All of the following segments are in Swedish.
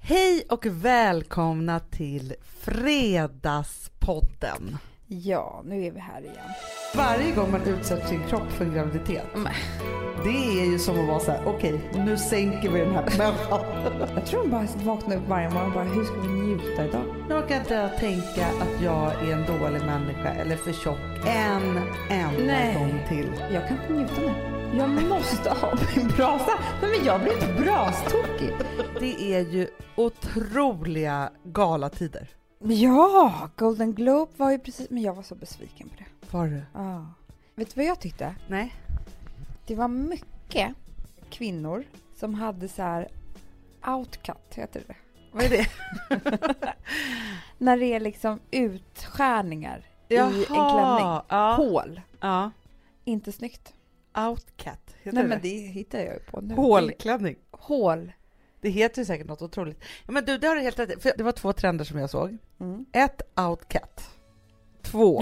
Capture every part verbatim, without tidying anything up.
Hej och välkomna till Fredagspodden. Ja, nu är vi här igen. Varje gång man utsätter sin kropp för en graviditet, mm. det är ju som att vara så här: okej, okay, nu sänker vi den här människan. Jag tror de bara vaknar upp varje morgon och bara, hur ska vi njuta idag? Jag kan inte tänka att jag är en dålig människa eller för tjock en enda Nej. gång till. Jag kan inte njuta nu. Jag måste ha min brasa. Nej, men jag blir inte brastokig. Det är ju otroliga galatider. Ja, Golden Globe var ju precis, men jag var så besviken på det. Var du? Ja. Vet du vad jag tyckte? Nej. Det var mycket kvinnor som hade så här outcut, heter det. Vad är det? När det är liksom utskärningar Jaha, i en klänning. Ja. Hål. Ja. Inte snyggt. Outcat. Nej, det? men det hittar jag ju på nu. Hålklänning. Hål. Det heter ju säkert något otroligt. Ja, men du, det har du helt rätt. För det var två trender som jag såg. Mm. Ett, outcat. Två,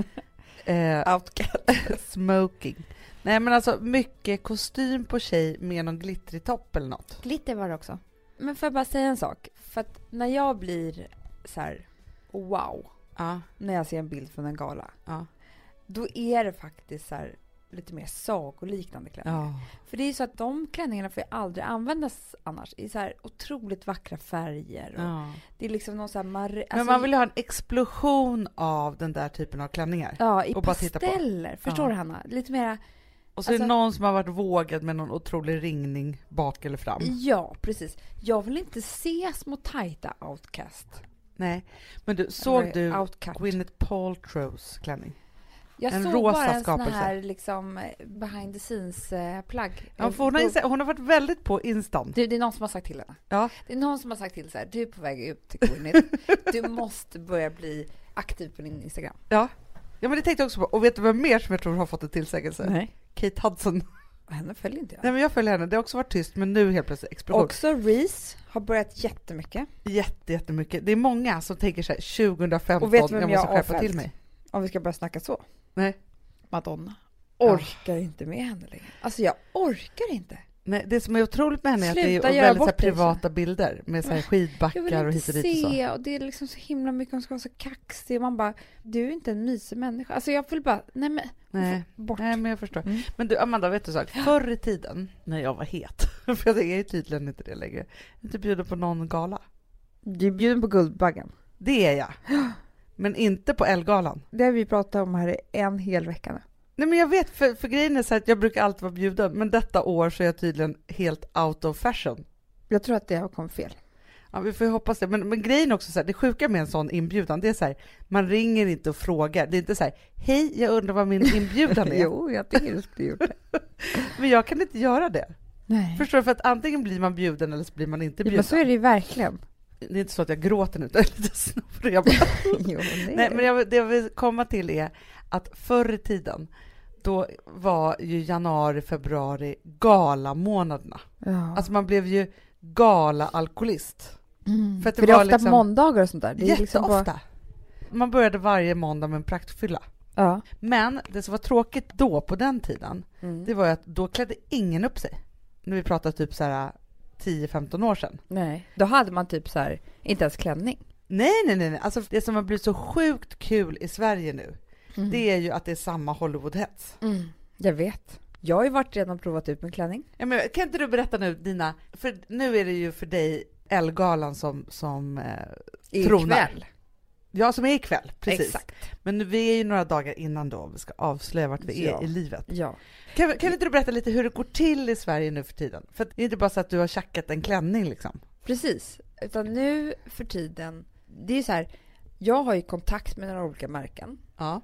eh, Outcat. smoking. Nej, men alltså mycket kostym på tjej med någon glittrig topp eller något. Glitter var det också. Men får jag bara säga en sak? För att när jag blir så här wow, Ja. när jag ser en bild från en gala, Ja. då är det faktiskt så här lite mer sagoliknande klänningar. Ja. För det är ju så att de klänningarna får ju aldrig användas annars. I så här otroligt vackra färger. Och Ja. det är liksom någon så här mar- Men alltså, man vill ju ha en explosion av den där typen av klänningar. ja, i och bara titta på. pasteller. Förstår Ja. du, Hanna? Lite mera. Och så alltså, är det någon som har varit vågad med någon otrolig ringning bak eller fram. Ja, precis. Jag vill inte se små tajta outcast. Nej, men du, såg Eller du outcut. Gwyneth Paltrows klänning? Jag En såg rosa bara en skapelse. sån här liksom behind the scenes eh, plagg. Ja, för hon, har, hon har varit väldigt på instant. Du, det är någon som har sagt till henne. Ja. Det är någon som har sagt till så här: du är på väg ut till Gwyneth. Du måste börja bli aktiv på din Instagram. Ja. Ja, men det tänkte jag också på. Och vet du vad mer som jag tror har fått en tillsägelse? Nej. Kate Hudson. Henne följer inte jag. Nej, men jag följer henne. Det har också varit tyst, men nu helt plötsligt explosion. Också Reese har börjat jättemycket. Jätte, jättemycket. Det är många som tänker så här: tjugo femton, Och vet du vem jag måste jag har skärpa till avfällt? mig. Om vi ska börja snacka så. Nej. Madonna. Orkar inte med henne längre. Alltså jag orkar inte. Nej, det som är otroligt med henne är att det Sluta är göra väldigt så här bort det, privata bilder med så här Jag skidbackar vill och inte hit och dit och så. se, och det är liksom så himla mycket, hon ska vara så kaxig, och man bara, du är inte en mysig människa. Alltså jag vill bara, nej men, Nej. bort. Nej, men jag förstår. Mm. Men du, Amanda, vet du sak? Förr i tiden, när jag var het, för det är ju tydligen inte det längre, jag inte bjuder på någon gala. Du är bjuden på Guldbaggen. Det är jag. Men inte på Elgalan. Det har vi pratat om här i en hel vecka nu. Nej, men jag vet, för, för grejen är så att jag brukar alltid vara bjuden, men detta år så är jag tydligen helt out of fashion. Jag tror att det har kommit fel. Ja, vi får ju hoppas det. Men, men grejen är också så här, det sjuka med en sån inbjudan, det är så här, man ringer inte och frågar. Det är inte så här, hej, jag undrar vad min inbjudan är. Jo, jag tycker du skulle gjort det. Men jag kan inte göra det. Nej. Förstår du? För att antingen blir man bjuden eller så blir man inte Ja, bjuden. men så är det ju verkligen. Det är inte så att jag gråter nu, utan lite snorig. Jag bara... Jo, det är Nej, men jag, det jag vill komma till är att förr i tiden, då var ju januari, februari galamånaderna. Ja. Alltså man blev ju gala-alkoholist. Mm. För att det För det är var ofta liksom- måndagar och sånt där. Det är Jätteofta. liksom bara... Man började varje måndag med en praktfylla. Ja. Men det som var tråkigt då på den tiden, Mm. det var ju att då klädde ingen upp sig. När vi pratar typ så här tio femton år sedan. Nej. Då hade man typ så här, inte ens klänning. Nej, nej, nej. nej. Alltså det som har blivit så sjukt kul i Sverige nu, Mm. det är ju att det är samma Hollywood-hets. Mm. Jag vet. Jag har ju varit redan provat ut min klänning. Ja, men kan inte du berätta nu dina, för nu är det ju för dig Elgalan som, som eh, tronar. Ikväll. Ja, som är ikväll, precis. Exakt. Men nu, vi är ju några dagar innan då, vi ska avslöja vart vi Ja. är i livet. Ja. Kan, kan inte du berätta lite hur det går till i Sverige nu för tiden? För det är inte bara så att du har tjackat en klänning liksom. Precis. Utan nu för tiden, det är ju så här, jag har ju kontakt med några olika märken Ja.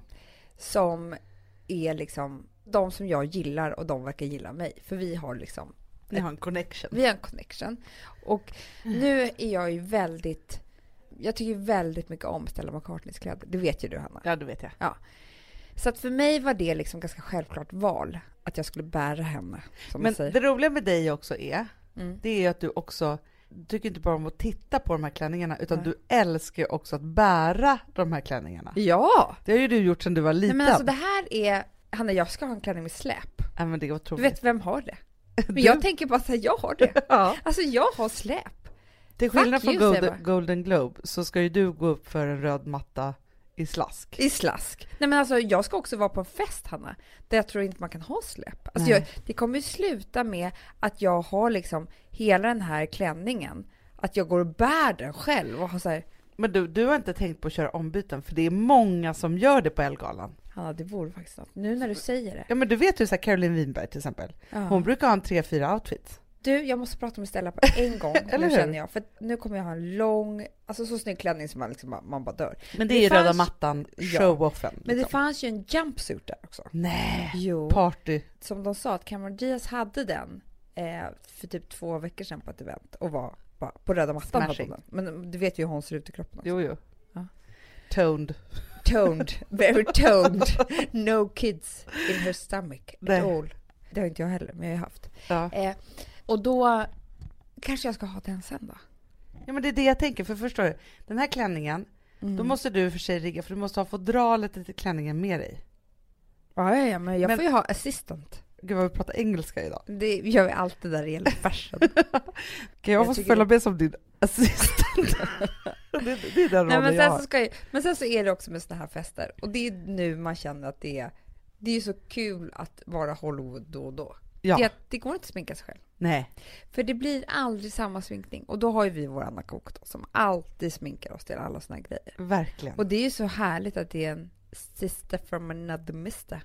som är liksom de som jag gillar, och de verkar gilla mig. För vi har liksom Ni har en connection. Vi har en connection. Och nu är jag ju väldigt... Jag tycker väldigt mycket om Stella McCartneys kläder. Det vet ju du, Hanna. Ja, det vet jag. Ja. Så att för mig var det liksom ganska självklart val att jag skulle bära henne. Som Men man säger. det roliga med dig också är, Mm. det är ju att du också, du tycker inte bara om att titta på de här klänningarna, utan Nej. du älskar ju också att bära de här klänningarna. Ja! Det har ju du gjort sedan du var Nej, liten. men alltså det här är... Hanna, jag ska ha en klänning med släp. Ja, men det är Du otroligt. vet, vem har det? Men Du- jag tänker bara så här, jag har det. Ja. Alltså jag har släp. Till skillnad från you, säger jag Golden, bara. Golden Globe så ska ju du gå upp för en röd matta i slask. I slask. Nej men alltså jag ska också vara på en fest, Hanna, där jag tror inte man kan ha släpp. Alltså Nej. jag, det kommer ju sluta med att jag har liksom hela den här klänningen, att jag går och bär den själv och har så här. Men du, du har inte tänkt på att köra ombyten, för det är många som gör det på Ellegalan. Hanna, det vore faktiskt något. Nu när du säger det. Ja, men du vet ju så här Caroline Winberg till exempel. Ja. Hon brukar ha en tre, fyra outfits. Du, jag måste prata med Stella på en gång. Eller nu hur? känner jag. För att nu kommer jag ha en lång, alltså så snygg klänning som man, liksom, bara- man bara dör. Men det, Det är ju röda fanns- mattan, Ja. show-offen. Men det liksom. fanns ju en jumpsuit där också. Nej, Jo. party. Som de sa att Cameron Diaz hade den eh, för typ två veckor sedan på ett event och var bara på röda mattan. hade Smashing. den. Men du vet ju hur hon ser ut i kroppen också. Jo, jo. Ja. Toned. Toned, very toned. No kids in her stomach Nej. at all. Det har inte jag heller, men jag har haft. Ja. Eh, och då kanske jag ska ha den sen då. ja, men det är det jag tänker. För förstår du, den här klänningen, Mm. då måste du för sig rigga, för du måste ha fodralet till klänningen med dig. Ja, ja, ja, men jag Men- får ju ha assistant. Gud vad vi pratar engelska idag. Det gör vi alltid där det gäller fashion. Kan jag, Jag få tycker följa det- med som din assistent? det, det är den Nej, rollen men, jag sen har. så ska jag, men sen så är det också med såna här fester. Och det är nu man känner att det är, det är så kul att vara Hollywood då och då. Ja. Det, är att det går inte att sminka sig själv. Nej. För det blir aldrig samma sminkning. Och då har ju vi vår Anna Kok då, som alltid sminkar oss till alla såna här grejer. Verkligen. Och det är ju så härligt att det är en sister from another mister.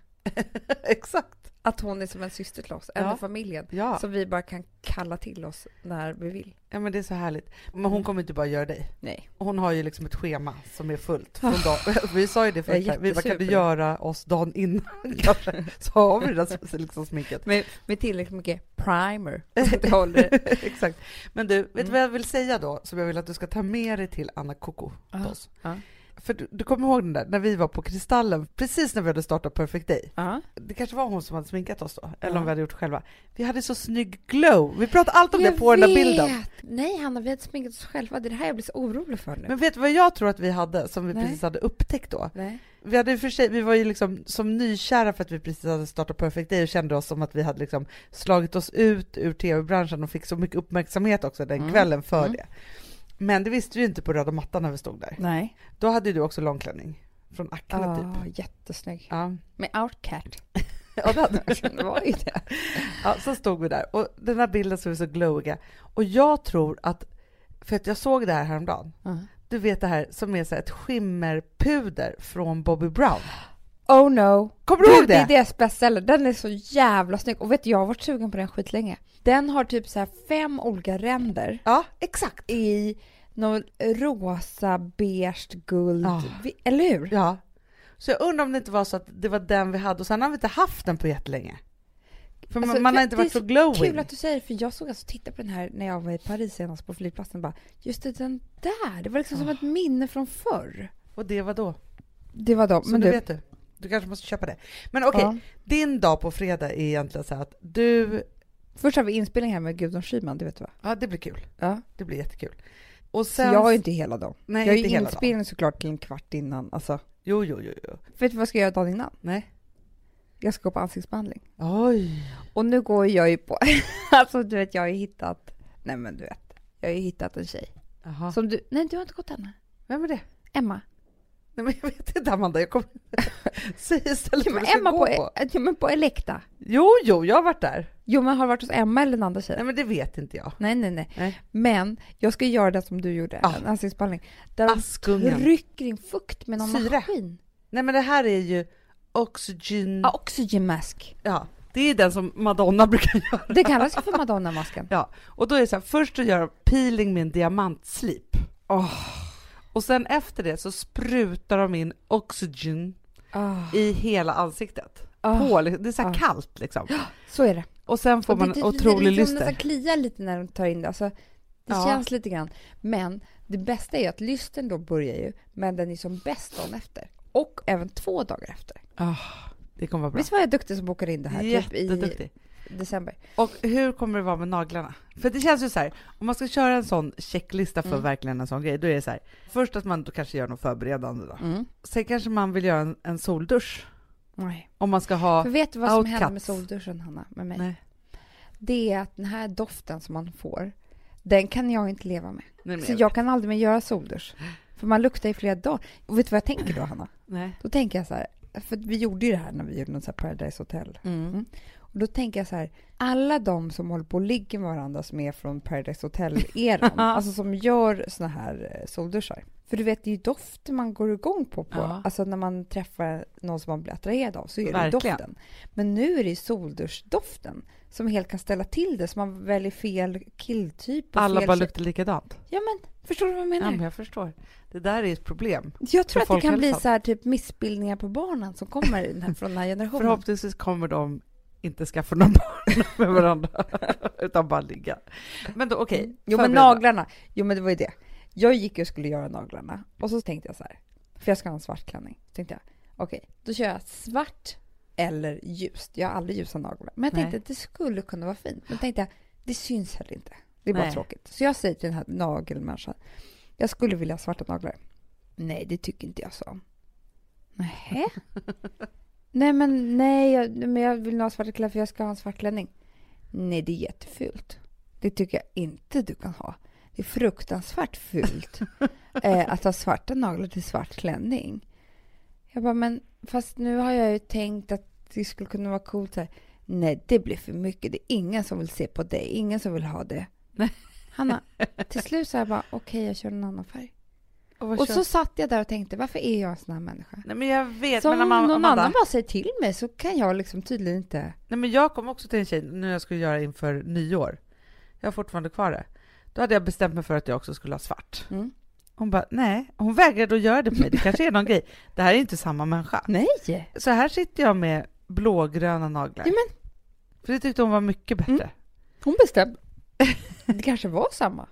Exakt. Att hon är som en syster till oss, en Ja. i familjen. Ja. Som vi bara kan kalla till oss när vi vill. ja, men det är så härligt. Men hon kommer inte bara göra dig. Nej. Hon har ju liksom ett schema som är fullt. Från dag. Vi sa ju det Jag är förut. Vi bara, kan jättesur du på det. göra oss dagen innan kanske? Så har vi det där liksom sminket. Med, med tillräckligt mycket primer. Så att det håller. Exakt. Men du, vet du Mm. vad jag vill säga då? Som jag vill att du ska ta med dig till Anna Koko. Ja. oss. Ja. För du, du kommer ihåg den där, när vi var på Kristallen, precis när vi hade startat Perfect Day. Ja. Det kanske var hon som hade sminkat oss då, eller Ja. om vi hade gjort själva. Vi hade så snygg glow. Vi pratade allt om Jag det på den där bilden. vet. Nej, Hanna, vi hade sminkat oss själva. Det är det här jag blir så orolig för nu. Men vet du vad jag tror att vi hade, som vi Nej. precis hade upptäckt då? Nej. Vi, hade för sig, vi var ju liksom som nykära för att vi precis hade startat Perfect Day och kände oss som att vi hade liksom slagit oss ut ur tv-branschen och fick så mycket uppmärksamhet också den Mm. kvällen för Mm. det. Men det visste vi inte på röda mattan när vi stod där. Nej. Då hade du också långklänning. Från Acne Ja, typ. jättesnygg. Ja. Med Outcat. Ja, det hade vi. Det var ju det. Ja, så stod vi där. Och den här bilden så är så glowiga. Och jag tror att, för att jag såg det här häromdagen. Ja. Du vet det här som är så här ett skimmerpuder från Bobbi Brown. Oh no. Kommer du ihåg Det är det? deras bestseller. Den är så jävla snygg. Och vet du, jag har varit sugen på den skitlänge. Den har typ så här fem olika ränder Ja, exakt. i någon rosa, beige, guld. Ja. Vi- Eller hur? Ja. Så jag undrar om det inte var så att det var den vi hade och sen har vi inte haft den på jättelänge. För Alltså, man, man har det- inte det är varit så så glowing. Kul att du säger, för jag såg alltså titta på den här när jag var i Paris senast på flygplatsen. Bara, just det, den där. Det var liksom som ett minne från förr. Och det var då. Det var då. Så Men nu du, vet du. Du kanske måste köpa det. Men okej, ja. din dag på fredag är egentligen så att du... Först har vi inspelning här med Gudrun Schyman, det vet du va? Ja, det blir kul. Ja. Det blir jättekul. Och Så sen... jag har ju inte hela dagen. Nej, Jag har inte ju hela dagen. inspelning såklart till en kvart innan. Alltså, Jo, jo, jo, jo. vet du vad ska jag göra dagen innan? Nej. Jag ska gå på ansiktsbehandling. Oj. Och nu går jag ju på... alltså du vet, jag har ju hittat... Nej men du vet, jag har ju hittat en tjej. Jaha. Som du... Nej, du har inte gått ännu. Vem är det? Emma. Nej, men jag vet inte, Amanda. Jag kommer... Säg istället Ja, vad men du ska Emma gå på, på. ja, men på Elekta. Jo, jo, jag har varit där. Jo, men har du varit hos Emma eller den andra tjejen? Nej, men det vet inte jag. Nej, nej, nej. Nej. Men jag ska göra det som du gjorde, Ah. en ansiktsbehandling. Där de Askungen. trycker in fukt med någon Syre. maskin. Nej, men det här är ju Oxygen... Ja, oxygen mask. Ja, det är den som Madonna brukar göra. Det kallas för Madonna-masken. Ja, och då är det så här, först att göra peeling med en diamantslip. Oh. Och sen efter det så sprutar de in Oxygen Oh. i hela ansiktet. Oh. På, det är så här Ah. kallt liksom. Så är det. Och sen får Och man det, en det, otrolig det, det, det, det lyster. kliar lite när de tar in det. Alltså, det Ja. känns lite grann. Men det bästa är ju att lysten då börjar ju, men den är som bäst dagen efter. Och även två dagar efter. Oh, det kommer vara bra. Visst var jag duktig som bokade in det här typ i Jätteduktig. december? Och hur kommer det vara med naglarna? För det känns ju så här, om man ska köra en sån checklista för Mm. verkligen en sån grej, då är det så här, först att man då kanske gör något förberedande då. Mm. Sen kanske man vill göra en, en soldusch. Nej. Om man ska ha... För vet du vad som outcuts. hände med solduschen, Hanna, med mig? Nej. Det är att den här doften som man får, Den kan jag inte leva med. Nej, så jag, jag kan aldrig mer göra soldusch. För man luktar i flera dagar. Och vet du vad jag tänker då, Hanna? Nej. Då tänker jag så här, för vi gjorde ju det här när vi gjorde något så här Paradise Hotel. Mm. Mm. Och då tänker jag så här, alla de som håller på och ligger med varandra som är från Paradise Hotel-eran, alltså som gör såna här solduschar. För du vet, det är ju doften man går igång på. på. Ja. Alltså när man träffar någon som man blir attraherad av så är det Verkligen. doften. Men nu är det ju solduschdoften som helt kan ställa till det. Så man väljer fel killtyp. Och Alla fel bara tjej- luktar likadant. Ja, men förstår du vad jag menar? Ja, men jag förstår. Det där är ett problem. Jag tror för att det kan bli folkhälsan. så här typ missbildningar på barnen som kommer i den här, från den här generationen. Förhoppningsvis kommer de inte skaffa några barn med varandra, utan bara ligga. Men då, okej. Okay, jo, men naglarna. Jo, men det var ju det. Jag gick och skulle göra naglarna. Och så tänkte jag så här, för jag ska ha en svart klänning. Så tänkte jag, okej, okay, då kör jag svart eller ljust. Jag har aldrig ljusa naglar. Men jag tänkte Nej. att det skulle kunna vara fint. Men tänkte jag, det syns heller inte. Det är bara Nej. tråkigt. Så jag säger till den här nagelmänniskan, jag skulle vilja ha svarta naglar. Nej, det tycker inte jag så. Nej. Nej, men nej, jag, men jag vill ha svarta kläder för jag ska ha en svart klänning. Nej, det är jättefult. Det tycker jag inte du kan ha. Det är fruktansvärt fult eh, att ha svarta naglar till svart klänning. Jag bara, men fast nu har jag ju tänkt att det skulle kunna vara coolt här. Nej, det blir för mycket. Det är ingen som vill se på dig. Ingen som vill ha det. Hanna, till slut så jag bara, okej, okay, jag kör en annan färg. Och, och så satt jag där och tänkte, varför är jag en sån här människa? Nej, men jag vet. Så men om man, någon Amanda, annan bara säger till mig så kan jag liksom tydligen inte... Nej, men jag kom också till en tjej när jag skulle göra inför nyår. Jag har fortfarande kvar det. Då hade jag bestämt mig för att jag också skulle ha svart. Mm. Hon bara, nej. Hon vägrade att göra det på mig. Det kanske är någon grej. Det här är inte samma människa. Nej. Så här sitter jag med blågröna naglar. Ja, men... För det tyckte hon var mycket bättre. Mm. Hon bestämde. Det kanske var samma.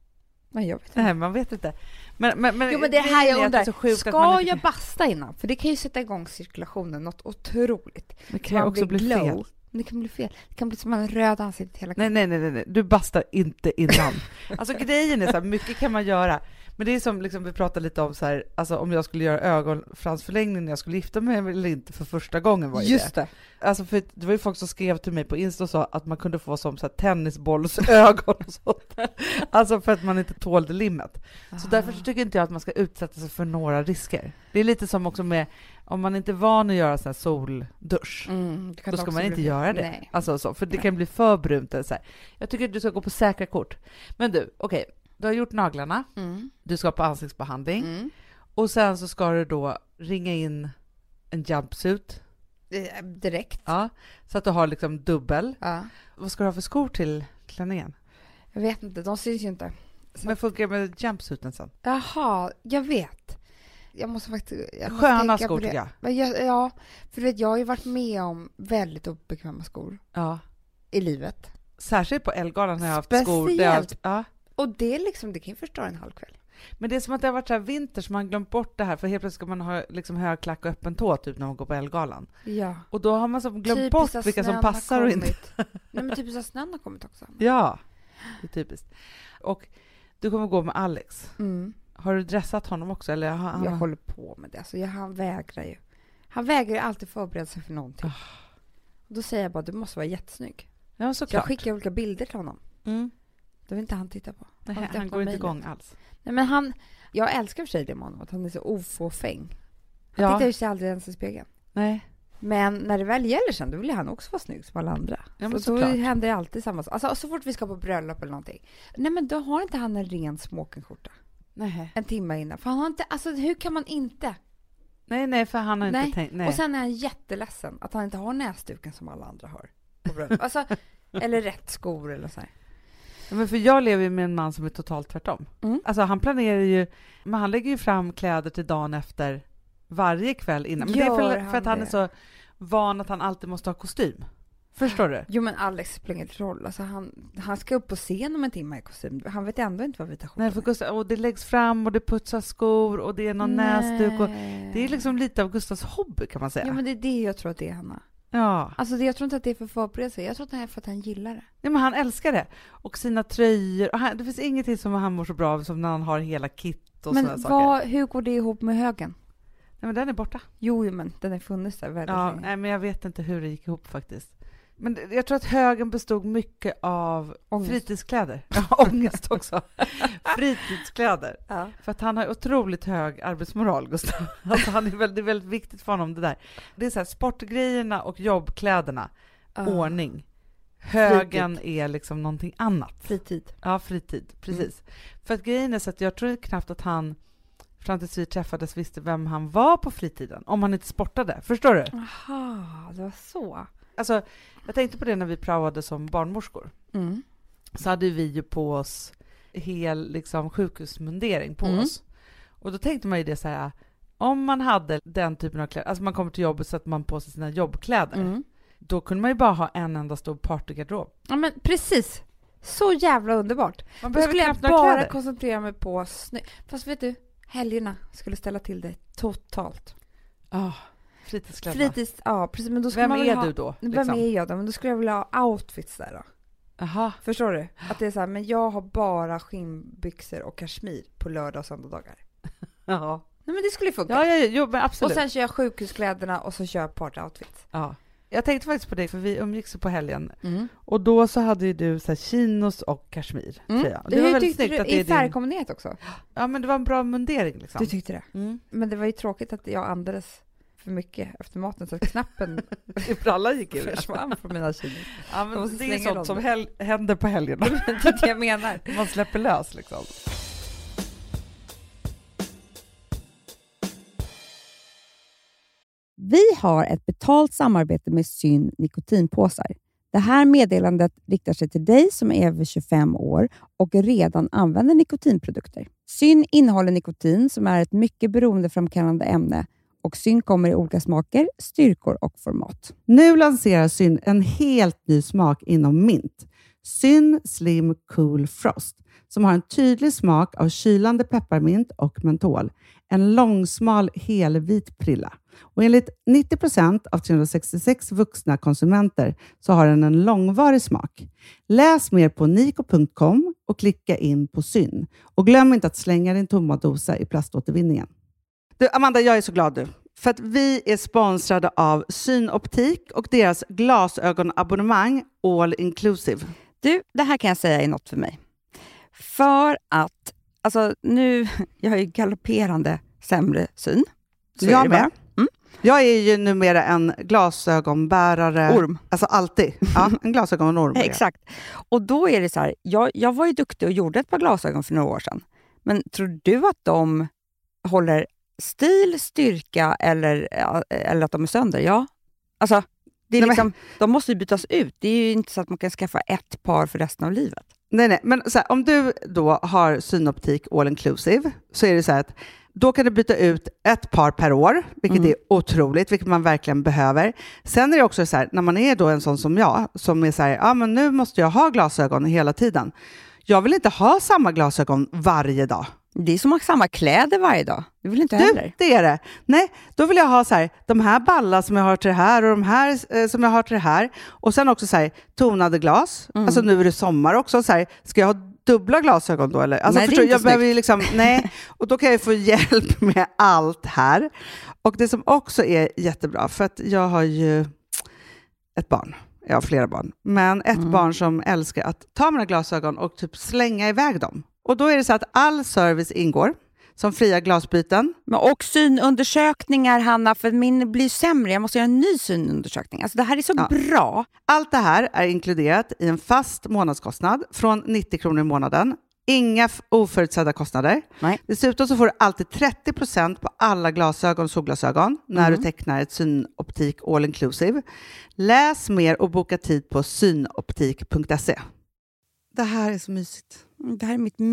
Men jag vet inte. Nej, man vet inte. Men, men, men, jo, men det här jag undrar. Ska jag inte... basta innan? För det kan ju sätta igång cirkulationen något otroligt. Det kan ju också bli glow. fel. Det kan bli fel. Det kan bli som en röd ansikte hela nej, nej, nej, nej, nej. Du bastar inte innan. Alltså grejen är så här, mycket kan man göra. Men det är som liksom, vi pratade lite om så här, alltså om jag skulle göra ögonfransförlängning när jag skulle gifta mig eller inte för första gången var ju Just det. det. Alltså för det var ju folk som skrev till mig på Insta och sa att man kunde få som så här tennisbollsögon och sånt. Alltså för att man inte tålde limmet. Så Ah. därför så tycker inte jag att man ska utsätta sig för några risker. Det är lite som också med om man inte är van att göra så här soldusch. Mm, Då ska man inte bli... göra det. Nej. Alltså så, för det Nej. kan bli för brunt eller så här. Jag tycker att du ska gå på säkra kort. Men du, okej. Okay. Du har gjort naglarna. Mm. Du ska på ansiktsbehandling. Mm. Och sen så ska du då ringa in en jumpsuit. Eh, Direkt. Ja, så att du har liksom dubbel. Ja. Vad ska du ha för skor till klänningen? Jag vet inte, de syns ju inte. Så... Men funkar det med jumpsuiten sen? Jaha, jag vet. Jag måste faktiskt... Jag måste Sköna tänka skor på det. tycker jag. Men jag. Ja, för du vet, jag har ju varit med om väldigt obekväma skor Ja. i livet. Särskilt på Ellegalan har jag haft skor. Där jag har haft, ja. Och det, liksom, det kan ju förstöra en halv kväll. Men det är som att det har varit så här vinter så man glömt bort det här. För helt plötsligt ska man ha liksom hög klack och öppen tå typ när man går på Ellegalan. Ja. Och då har man så glömt Typiskt bort att vilka som snön passar har och inte. kommit. Nej, men typiskt att snön har kommit också. Ja, det är typiskt. Och du kommer gå med Alex. Mm. Har du dressat honom också? Eller har han... Jag håller på med det. Alltså, jag, han vägrar ju. Han vägrar ju alltid förbereda sig för någonting. Oh. Och då säger jag bara, du måste vara jättesnygg. Ja, Så såklart. jag skickar olika bilder till honom. Mm. Det vill inte han titta på. Nej, Han, han går inte igång alls. Nej, men han, jag älskar för sig det med honom, att han är så ofåfäng. Han Ja. tittar ju sig aldrig ens i spegeln. Nej. Men när det väl gäller sen, då vill han också vara snygg som alla andra. Ja, men så då såklart. händer det alltid samma sak. Alltså, så fort vi ska på bröllop eller någonting. Nej, men då har inte han en ren smokingskjorta. Nej. En timme innan. För han har inte, alltså hur kan man inte? Nej, nej, för han har Nej. inte tänkt. Nej. Och sen är han jätteledsen att han inte har näsduken som alla andra har på bröllop. Alltså, eller rätt skor eller så här. Ja, men för jag lever ju med en man som är totalt tvärtom. Mm. Alltså han planerar ju, men han lägger ju fram kläder till dagen efter varje kväll innan. Men det är Gör för, han för att han det? är så van att han alltid måste ha kostym. Förstår du? Jo, men Alex spelar ingen roll. Alltså, han, han ska upp på scen om en timme i kostym. Han vet ändå inte vad vita skjortan Nej, för Gustav, och det läggs fram och det putsas skor och det är någon näsduk. Och det är liksom lite av Gustavs hobby kan man säga. Ja, men det är det jag tror att det är, Hanna. Ja. Alltså, det, jag tror inte att det är för förberedelse. Jag tror att det är för att han gillar det. Ja, men han älskar det. Och sina tröjor. Och han, det finns ingenting som han mår så bra av som när han har hela kit och Men sådana saker. vad, hur går det ihop med högen? Nej, men den är borta. Jo, men den är funnits där väldigt Ja, länge. nej, men jag vet inte hur det gick ihop faktiskt. Men jag tror att högen bestod mycket av Ångest. fritidskläder. Ja, ångest också. Fritidskläder. Ja. För att han har otroligt hög arbetsmoral, Gustav. Alltså han är väldigt, det är väldigt viktigt för honom det där. Det är så här, sportgrejerna och jobbkläderna, Ah. ordning. Högen är liksom någonting annat. Fritid. Ja, fritid, precis. Mm. För att grejen är så att jag tror knappt att han fram tills vi träffades visste vem han var på fritiden. Om han inte sportade. Förstår du? Aha, det var så. Alltså, jag tänkte på det när vi praoade som barnmorskor. Mm. Så hade vi ju på oss hel liksom, sjukhusmundering på mm. oss. Och då tänkte man ju det så här, om man hade den typen av kläder, alltså man kommer till jobbet så att man på sig sina jobbkläder. Mm. Då kunde man ju bara ha en enda stor partygarderob. Ja, men precis. Så jävla underbart. Man Då behöver skulle jag knappt några bara kläder. koncentrera mig på snö. Fast vet du, helgerna skulle ställa till det totalt. Ja, oh, fritidskläder. Fritids, ja, precis. Men då skulle Vem man väl är ha, du då? Vem Liksom? är jag då? Men då skulle jag vilja ha outfits där då. Aha. Förstår du? Att det är så här, men jag har bara skinnbyxor och kashmir på lördag och söndagar. Ja. Nej, men det skulle funka. Ja, ja, ja, jo, men absolut. Och sen kör jag sjukhuskläderna och så kör jag partyoutfits. Ja. Jag tänkte faktiskt på det, för vi umgicks på helgen. Mm. Och då så hade ju du så här chinos och kashmir. Mm. Det, Det var Hur väldigt tyckte snyggt du att det är i din... färgkombinerat också? Ja, men det var en bra mundering liksom. Du tyckte det? Mm. Men det var ju tråkigt att jag andades för mycket efter maten så att knappen Alla gick ur. försvann från mina chinos. Ja, men måste det är slänga sånt dem. som hel- händer på helgen. Det är det jag menar. Man släpper lös liksom. Vi har ett betalt samarbete med Syn nikotinpåsar. Det här meddelandet riktar sig till dig som är över tjugofem år och redan använder nikotinprodukter. Syn innehåller nikotin som är ett mycket beroendeframkallande ämne och Syn kommer i olika smaker, styrkor och format. Nu lanserar Syn en helt ny smak inom mint. Syn Slim Cool Frost som har en tydlig smak av kylande pepparmint och mentol. En långsmal helvit prilla. Och enligt nittio procent av trehundrasextiosex vuxna konsumenter så har den en långvarig smak. Läs mer på niko punkt com och klicka in på Syn. Och glöm inte att slänga din tomma dosa i plaståtervinningen. Du, Amanda, jag är så glad du. För att vi är sponsrade av Synoptik och deras glasögonabonnemang All Inclusive. Du, det här kan jag säga är något för mig. För att, alltså nu, jag har ju galopperande sämre syn. Så Jag är det med. bara. Mm. Jag är ju numera en glasögonbärare. Orm. Alltså alltid. Ja, en glasögonorm. Exakt. Och då är det så här, jag, jag var ju duktig och gjorde ett par glasögon för några år sedan. Men tror du att de håller stil, styrka eller, eller att de är sönder? Ja. Alltså, det är Nej, liksom, men... de måste ju bytas ut. Det är ju inte så att man kan skaffa ett par för resten av livet. Nej, nej. Men så här, om du då har Synoptik All Inclusive så är det så här att då kan du byta ut ett par per år, vilket mm. är otroligt, vilket man verkligen behöver. Sen är det också så här, när man är då en sån som jag, som är så här, ja men nu måste jag ha glasögon hela tiden. Jag vill inte ha samma glasögon varje dag. Det är som att ha samma kläder varje dag. Det vill inte heller. Du, det är det. Nej, då vill jag ha så här, de här ballar som jag har till det här och de här eh, som jag har till det här. Och sen också så här, tonade glas. Mm. Alltså nu är det sommar också. Så här, ska jag ha dubbla glasögon då? Eller? Alltså, nej, förstår, det är inte jag behöver ju liksom, nej. Och då kan jag få hjälp med allt här. Och det som också är jättebra, för att jag har ju ett barn. Jag har flera barn. Men ett mm. barn som älskar att ta mina glasögon och typ slänga iväg dem. Och då är det så att all service ingår. Som fria glasbyten. Men och synundersökningar, Hanna, för min blir sämre. Jag måste göra en ny synundersökning. Alltså det här är så ja. bra. Allt det här är inkluderat i en fast månadskostnad från nittio kronor i månaden. Inga oförutsedda kostnader. Nej. Dessutom så får du alltid trettio procent på alla glasögon och solglasögon när mm. du tecknar ett Synoptik All Inclusive. Läs mer och boka tid på synoptik punkt se. Det här är så mysigt. Det här är mitt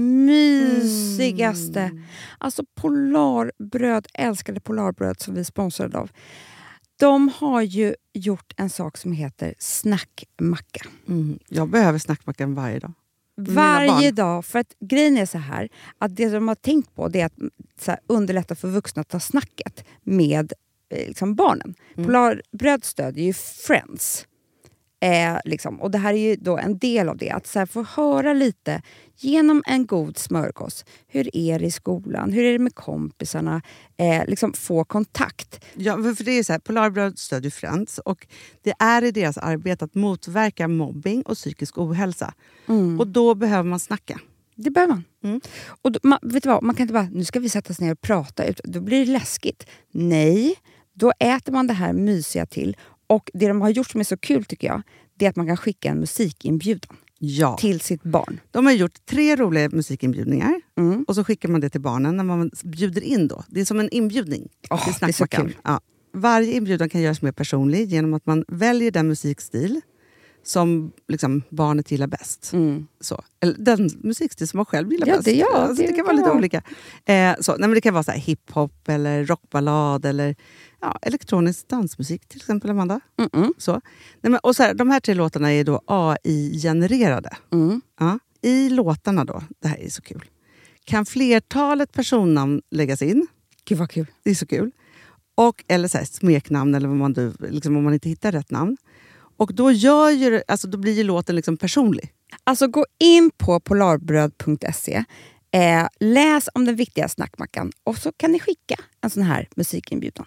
mysigaste. Mm. Alltså Polarbröd, älskade Polarbröd som vi sponsrade av. De har ju gjort en sak som heter snackmacka. Mm. Jag behöver snackmackan varje dag. Varje dag. För att grejen är så här. Att det de har tänkt på det är att så här, underlätta för vuxna att ta snacket med liksom, barnen. Mm. Polarbröd stödjer ju Friends. Eh, liksom. Och det här är ju då en del av det. Att så här, få höra lite genom en god smörgås. Hur är det i skolan? Hur är det med kompisarna? Eh, liksom få kontakt. Ja, för det är så här, Polarbröd stödjer Friends och det är i deras arbete att motverka mobbing och psykisk ohälsa. Mm. Och då behöver man snacka. Det behöver man. Mm. Och då, man, vet du vad, man kan inte bara, nu ska vi sätta oss ner och prata ut. Då blir det läskigt. Nej, då äter man det här mysiga till. Och det de har gjort som är så kul tycker jag, det är att man kan skicka en musikinbjudan Ja. till sitt barn. De har gjort tre roliga musikinbjudningar Mm. och så skickar man det till barnen när man bjuder in då. Det är som en inbjudning. Oh, till det är så Snackmackan. kul. Ja. Varje inbjudan kan göras mer personlig genom att man väljer den musikstil som liksom barnet gillar bäst. Mm. Så. Eller den musikstil som man själv gillar Ja, bäst. det- ja, alltså, det, det kan kan vara lite vara. olika. Eh, så. Nej, men det kan vara så här hiphop eller rockballad eller ja, elektronisk dansmusik till exempel, Amanda. Mm-mm. Så. Nej, men, och så här, de här tre låtarna är då A I-genererade. Mm. Ja. I låtarna då, det här är så kul, kan flertalet personnamn läggas in. Gud vad kul. Det är så kul. Och, eller så här, smeknamn eller vad man, du, liksom, om man inte hittar rätt namn. Och då, gör ju, det- alltså, då blir ju låten liksom personlig. Alltså gå in på polarbröd punkt se, eh, läs om den viktiga snackmackan och så kan ni skicka en sån här musikinbjudan.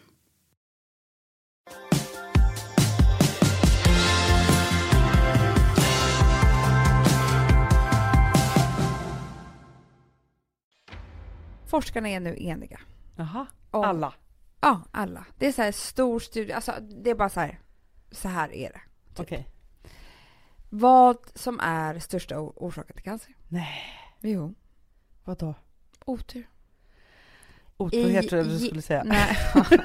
Forskarna är nu eniga. Jaha, Om- alla. Ja, alla. Det är så här stor studie. Alltså, det är bara så här. Så här är det. Okej. Vad som är största o- orsaken till cancer? Nej, Jo, vadå? otur. Otrohet I- tror jag du i- skulle säga. Nej,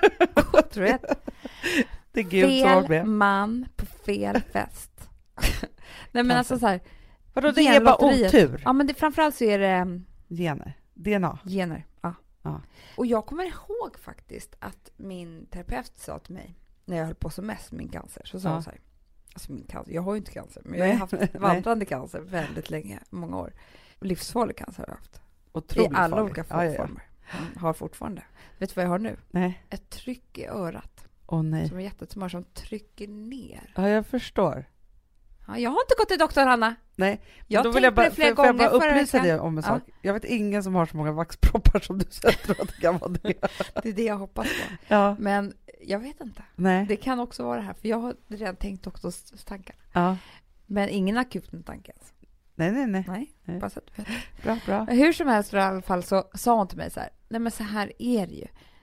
otrohet. Det är Gud som har Fel med. man på fel fest. Nej men Cancer. alltså så här. Vadå, det är bara genlotteriet. otur? Ja men det, framförallt så är det um, Gener, D N A. gener. Ja. Ja. Och jag kommer ihåg faktiskt att min terapeut sa till mig när jag höll på som mest med min cancer, så sa Ja. hon så här. Alltså min cancer, jag har ju inte cancer, men jag har Nej. haft Nej. vandrande cancer väldigt länge, många år. Livsfarlig cancer har jag haft. Otroligt I alla farlig. olika Ja, ja, ja. former. Mm, har fortfarande. Vet du vad jag har nu? Nej, Ett tryck i örat. åh nej. Som är jättetumör som trycker ner. Ja, jag förstår. Ja, jag har inte gått till doktor, Hanna. Nej, Jag då tänkte vill jag bara, det flera får, får jag gånger bara förra upplysa veckan. dig om en Ja. sak. Jag vet ingen som har så många vaxproppar som du, så jag tror att det kan vara det. Det är det jag hoppas på. Ja, Men jag vet inte. nej. Det kan också vara det här, för jag har redan tänkt doktorstankar. Ja. Men ingen akut tanke alltså. Nej, nej, nej. Nej, Nej. bara så att du vet. Bra, bra. Hur som helst i alla fall så sa hon till mig så här. Nej men så här är det ju.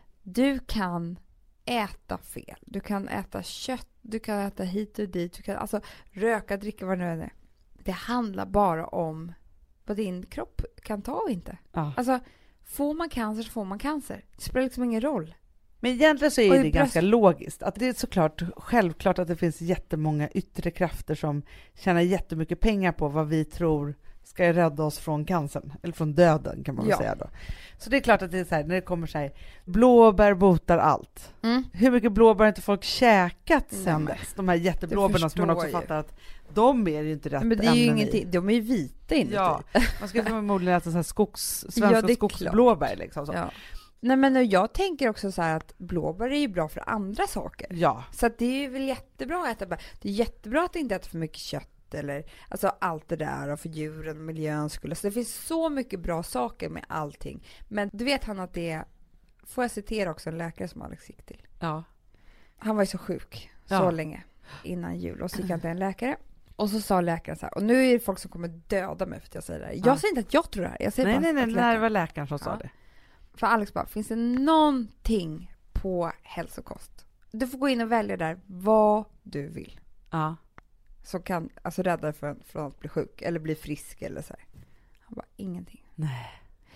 Du kan äta fel. Du kan äta kött. Du kan äta hit och dit. Du kan alltså röka, dricka, vad det nu än är. Det handlar bara om vad din kropp kan ta och inte. Ja. Alltså, får man cancer så får man cancer. Det spelar liksom ingen roll. Men egentligen så är Och i det bröst- ganska logiskt. Att det är såklart självklart att det finns jättemånga yttre krafter som tjänar jättemycket pengar på vad vi tror ska rädda oss från cancern. Eller från döden kan man väl Ja. säga då. Så det är klart att det är så här, när det kommer så här, blåbär botar allt. Mm. Hur mycket blåbär har inte folk käkat Nej, sen men- dess? De här jätteblåbärna som man också förstår ju. fattar att de är ju inte rätt Men det är ju ämnen i. ingenting. De är ju vita inuti. Ja, man ska förmodligen äta så här skogs, Ja, svenska det är skogsblåbär liksom. Så. Ja. Ja. Nej men jag tänker också så här att blåbär är ju bra för andra saker. ja, Så att det är väl jättebra att äta bär. Det är jättebra att inte äta för mycket kött eller alltså allt det där och för djuren och miljöns skull. Så det finns så mycket bra saker med allting. Men du vet han att det är, får jag citera också en läkare som Alex gick till. ja. Han var ju så sjuk så Ja. länge innan jul och så gick han till en läkare. Och så sa läkaren så här, och nu är det folk som kommer döda mig för att jag säger det här. Jag Ja. säger inte att jag tror det här. Jag säger Nej, bara nej, nej, att det läkaren- här var läkaren som sa Ja. det. För Alex bara, finns det någonting på hälsokost? Du får gå in och välja där vad du vill. Ja. Som kan alltså rädda dig från, från att bli sjuk eller bli frisk eller så här. Han bara, ingenting. Nej.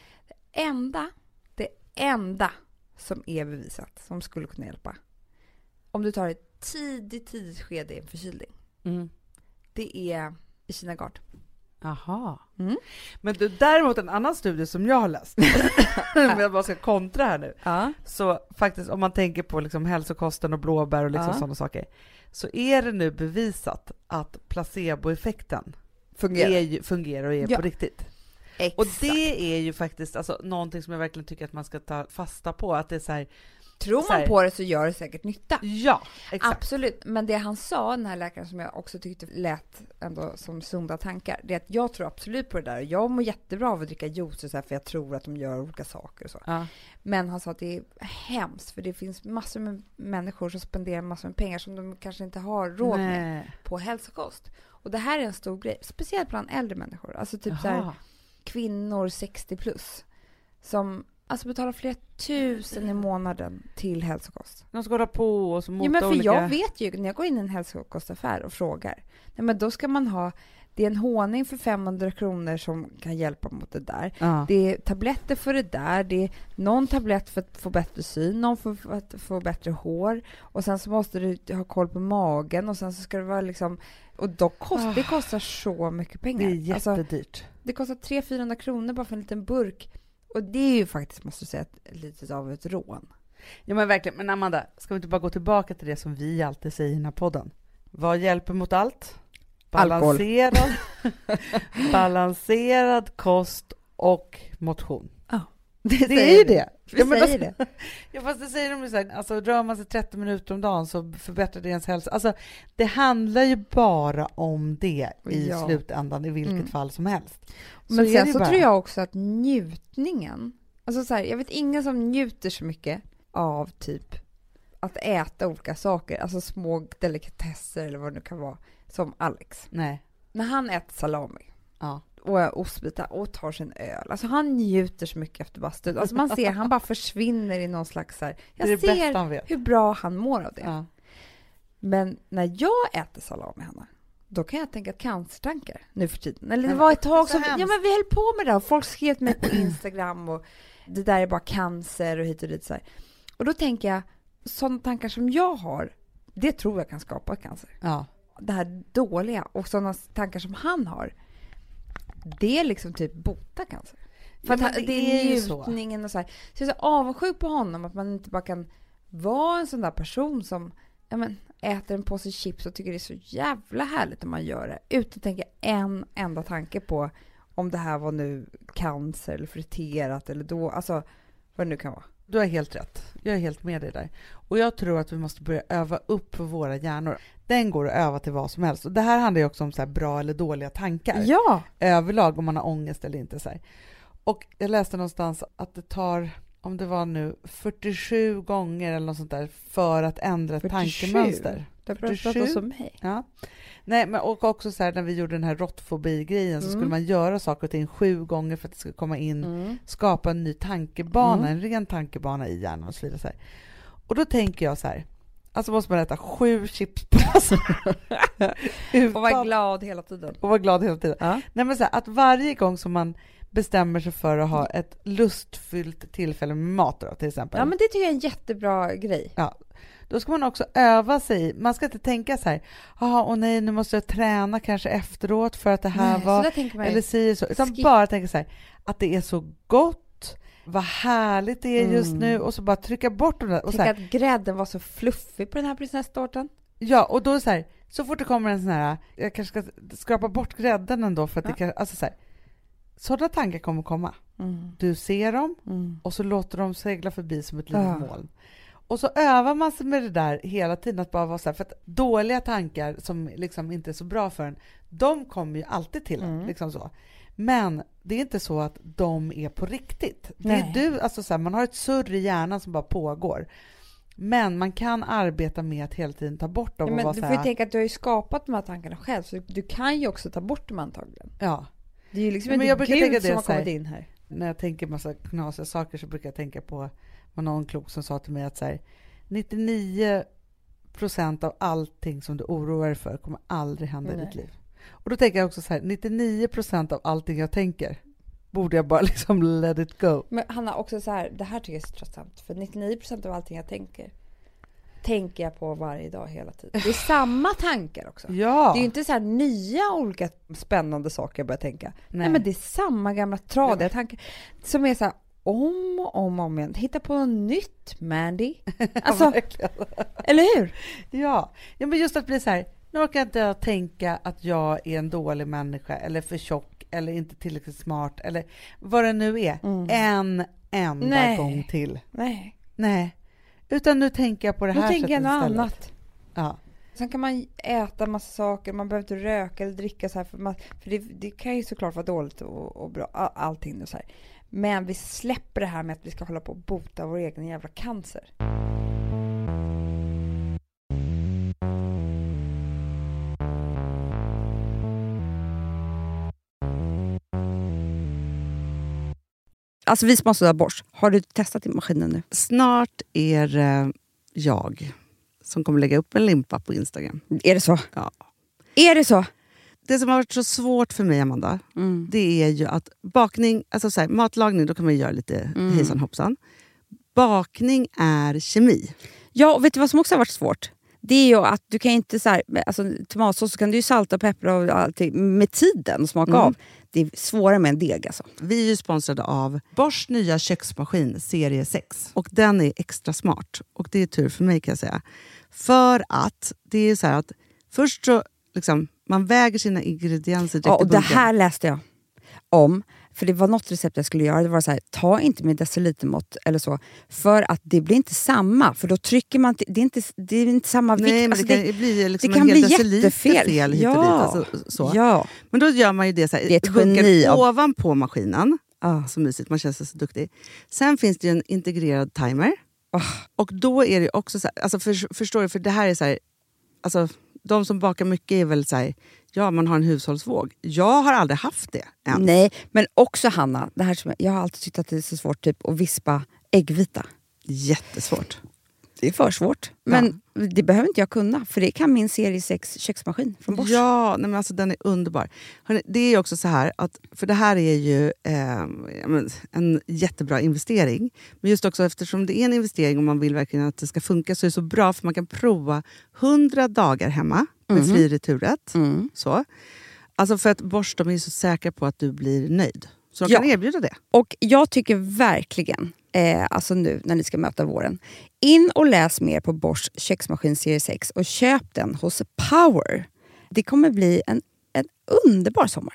Det enda, det enda som är bevisat som skulle kunna hjälpa. Om du tar ett tidigt, tidigt skede i en förkylning. Mm. Det är i Kina Gard. Jaha. Mm. Men du, däremot en annan studie som jag har läst, om jag bara ska kontra här nu, Ja. så faktiskt om man tänker på liksom hälsokosten och blåbär och liksom Ja. sådana saker, så är det nu bevisat att placeboeffekten Fungerar. är ju, fungerar och är Ja. på riktigt. Exakt. Och det är ju faktiskt alltså, någonting som jag verkligen tycker att man ska ta fasta på, att det är så här, Tror man på det så gör det säkert nytta. Ja, exakt. Absolut. Men det han sa, den här läkaren som jag också tyckte lät ändå som sunda tankar, det är att jag tror absolut på det där. Jag mår jättebra av att dricka juice och så här, för jag tror att de gör olika saker och så. Ja. Men han sa att det är hemskt, för det finns massor med människor som spenderar massor med pengar som de kanske inte har råd Nej. med på hälsokost. Och det här är en stor grej, speciellt bland äldre människor. Alltså typ så här, kvinnor sextio plus som alltså betalar flera tusen i månaden till hälsokost. De ska hålla på och så mota ja, men för olika... jag vet ju, när jag går in i en hälsokostaffär och frågar, nej men då ska man ha, det är en honung för femhundra kronor som kan hjälpa mot det där. Ja. Det är tabletter för det där, det är någon tablett för att få bättre syn, någon för att få bättre hår, och sen så måste du ha koll på magen, och sen så ska det vara liksom, och då kost, oh. det kostar så mycket pengar. Det är jättedyrt. Alltså, det kostar tre till fyrahundra kronor bara för en liten burk. Och det är ju faktiskt, måste jag säga, ett, lite av ett rån. Ja men verkligen, men Amanda, ska vi inte bara gå tillbaka till det som vi alltid säger i den här podden? Vad hjälper mot allt? Balanserad, balanserad kost och motion. Ja, det, det är ju det. Vi ja, men säger alltså, det. Ja, fast det säger de ju så här, alltså rör man sig trettio minuter om dagen så förbättrar det ens hälsa. Alltså det handlar ju bara om det i ja. slutändan, i vilket mm. fall som helst. Så men sen så bara... tror jag också att njutningen, alltså så här, jag vet ingen som njuter så mycket av typ att äta olika saker, alltså små delikatesser eller vad det nu kan vara, som Alex. Nej. När han äter salami. Ja. Och ostbitar och tar sin öl. Alltså han njuter så mycket efter bastun. Alltså man ser, han bara försvinner i någon slags så här. Jag det är det ser bästa han vet. Hur bra han mår av det. Ja. Men när jag äter salami, Hanna, då kan jag tänka cancertankar nu för tiden. Eller det var ett tag som, ja men vi höll på med det och folk skrev till mig på Instagram och det där är bara cancer och hit och dit så här. Och då tänker jag, sådana tankar som jag har, det tror jag kan skapa cancer. Ja. Det här dåliga och sådana tankar som han har, det är liksom typ bota cancer. För ja, att det, det är njutningen och så här. Så jag är så avundsjuk på honom att man inte bara kan vara en sån där person som ja, men, äter en påse chips och tycker det är så jävla härligt om man gör det. Utan att tänka en enda tanke på om det här var nu cancer eller friterat eller då, alltså vad det nu kan vara. Du har helt rätt. Jag är helt med dig där. Och jag tror att vi måste börja öva upp för våra hjärnor. Den går att öva till vad som helst. Och det här handlar ju också om så här bra eller dåliga tankar. Ja. Överlag om man har ångest eller inte. Så här. Och jag läste någonstans att det tar, om det var nu, fyrtiosju gånger eller något sånt där för att ändra ett tankemönster. Det har pratat om mig. Ja. Nej, men och också så här, när vi gjorde den här råttfobi-grejen mm. så skulle man göra saker och ting sju gånger för att det ska komma in, mm. skapa en ny tankebana, mm. en ren tankebana i hjärnan och så vidare. Så här. Och då tänker jag så här, alltså måste man äta sju chipspåsar. Och vara glad hela tiden. Och vara glad hela tiden. Ja. Nej, men så här, att varje gång som man bestämmer sig för att ha ett lustfyllt tillfälle med mat då, till exempel. Ja, men det tycker jag är en jättebra grej. Ja. Då ska man också öva sig. Man ska inte tänka så här, ja och nej, nu måste jag träna kanske efteråt för att det här nej, var, så man eller si så. Utan skip. bara tänka så här, att det är så gott, vad härligt det är just mm. nu, och så bara trycka bort det. Och tänk så här, att grädden var så fluffig på den här prinsesstårtan. Ja, och då så här, så fort det kommer en sån här, jag kanske ska skrapa bort grädden ändå för att ja. det kan, alltså så här, sådana tankar kommer komma. Mm. Du ser dem mm. och så låter de segla förbi som ett litet ja. moln. Och så övar man sig med det där hela tiden, att bara vara så här, för att dåliga tankar som liksom inte är så bra för en, de kommer ju alltid till en, mm. liksom så. Men det är inte så att de är på riktigt. Det är du, alltså så här, man har ett surr i hjärnan som bara pågår. Men man kan arbeta med att hela tiden ta bort dem. Ja, men och vara du så får ju här, tänka att du har ju skapat de här tankarna själv, så du kan ju också ta bort dem antagligen. Ja. Det är ju liksom men inte jag Gud det, som har så här, kommit in här. När jag tänker massa knasiga saker så brukar jag tänka på vad någon klok som sa till mig att så här, nittionio procent av allting som du oroar dig för kommer aldrig hända Nej. i ditt liv. Och då tänker jag också så här, nittionio procent av allting jag tänker borde jag bara liksom let it go. Men Hanna, också så här, det här tycker jag är så tröttsamt, för nittionio procent av allting jag tänker tänker jag på varje dag hela tiden. Det är samma tankar också. Ja. Det är ju inte så här nya olika spännande saker jag börjar tänka. Nej, Nej men det är samma gamla tradiga ja. tankar som är så här om och om och om igen. Hitta på något nytt, Mandy. Alltså, eller hur? Ja. Ja, men just att bli så här, nu orkar inte jag tänka att jag är en dålig människa eller för tjock eller inte tillräckligt smart eller vad det nu är. Mm. En enda Nej. gång till. Nej. Nej. Utan nu tänker jag på det Nu här tänker jag sättet något istället. annat. Ja. Sen kan man äta massa saker, man behöver inte röka eller dricka så här. För, man, för det, det kan ju såklart vara dåligt och, och bra, all, allting och så här. Men vi släpper det här med att vi ska hålla på och bota vår egen jävla cancer. Alltså vi sponsrar av Bosch. Har du testat i maskinen nu? Snart är eh, jag som kommer lägga upp en limpa på Instagram. Är det så? Ja. Är det så? Det som har varit så svårt för mig, Amanda, Mm. det är ju att bakning, alltså så här, matlagning, då kan man göra lite Mm. hejsan hoppsan. Bakning är kemi. Ja, och vet du vad som också har varit svårt? Det är ju att du kan inte så här, alltså tomatsås så kan du ju salta och peppra och allting med tiden och smaka Mm. av. Det är svårare med en deg alltså. Vi är ju sponsrade av Boschs nya köksmaskin serie sex. Och den är extra smart. Och det är tur för mig kan jag säga. För att det är så här att först så liksom, man väger sina ingredienser direkt Ja, och i det bunken. här läste jag om. För det var något recept jag skulle göra. Det var så här, ta inte med decilitermått eller så. För att det blir inte samma. För då trycker man... t- Det är inte, det är inte samma vikt. Nej, men Alltså, det kan det, bli liksom det kan en hel bli deciliter jättefel. fel hit och Ja. dit. Alltså, så. ja. Men då gör man ju det så här, Det är ett bunken geni av- ovanpå maskinen. Ah. Så mysigt, man känns så duktig. Sen finns det ju en integrerad timer. Ah. Och då är det också så här, alltså för, förstår du, för det här är så här, alltså de som bakar mycket är väl så här, ja man har en hushållsvåg. Jag har aldrig haft det än. Nej, men också Hanna. Det här som, jag har alltid tyckt att det är så svårt typ, att vispa äggvita. Jättesvårt. Det är för svårt. Men det behöver inte jag kunna. För det kan min serie sex köksmaskin från Bosch. Ja, nej men alltså den är underbar. Hörrni, det är ju också så här, att, för det här är ju eh, ja, men, en jättebra investering. Men just också eftersom det är en investering och man vill verkligen att det ska funka så är det så bra för man kan prova hundra dagar hemma med Mhm. fri returrätt. Mm. Så. Alltså för att Bosch, de är så säkra på att du blir nöjd. Så de Ja. kan erbjuda det. Och jag tycker verkligen, eh, alltså nu när ni ska möta våren, in och läs mer på Bosch köksmaskin serie sex och köp den hos Power. Det kommer bli en, en underbar sommar.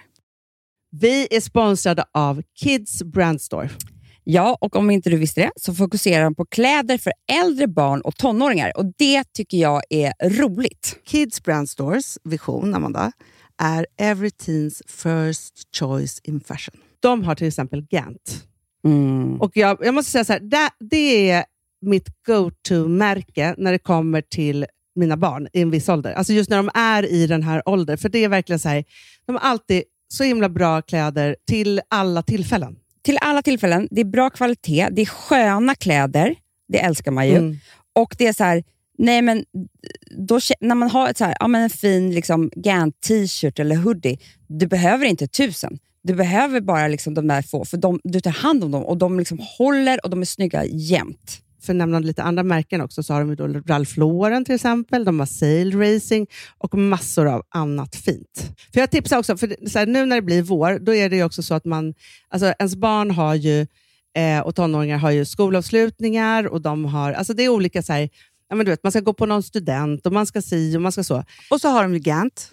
Vi är sponsrade av Kids Brand Store. Ja, och om inte du visste det så fokuserar de på kläder för äldre barn och tonåringar. Och det tycker jag är roligt. Kids Brand Stores vision, Amanda, är every teens first choice in fashion. De har till exempel Gant. Mm. Och jag, jag måste säga så här, det, det är mitt go-to-märke när det kommer till mina barn i en viss ålder. Alltså just när de är i den här åldern. För det är verkligen så här, de har alltid så himla bra kläder till alla tillfällen. Till alla tillfällen, det är bra kvalitet, det är sköna kläder, det älskar man ju. Mm. Och det är så här, nej men då, när man har ett så här, ja, men en fin liksom, Gant t-shirt eller hoodie, du behöver inte tusen. Du behöver bara liksom, de där få, för de, du tar hand om dem och de liksom håller och de är snygga jämt. För att nämna lite andra märken också så har de ju då Ralph Lauren till exempel, de har Sail Racing och massor av annat fint. För jag tipsar också, för det, så här, nu när det blir vår, då är det ju också så att man, alltså ens barn har ju, eh, och tonåringar har ju skolavslutningar och de har, alltså det är olika så här, ja men du vet, man ska gå på någon student och man ska si och man ska så. Och så har de ju Gant,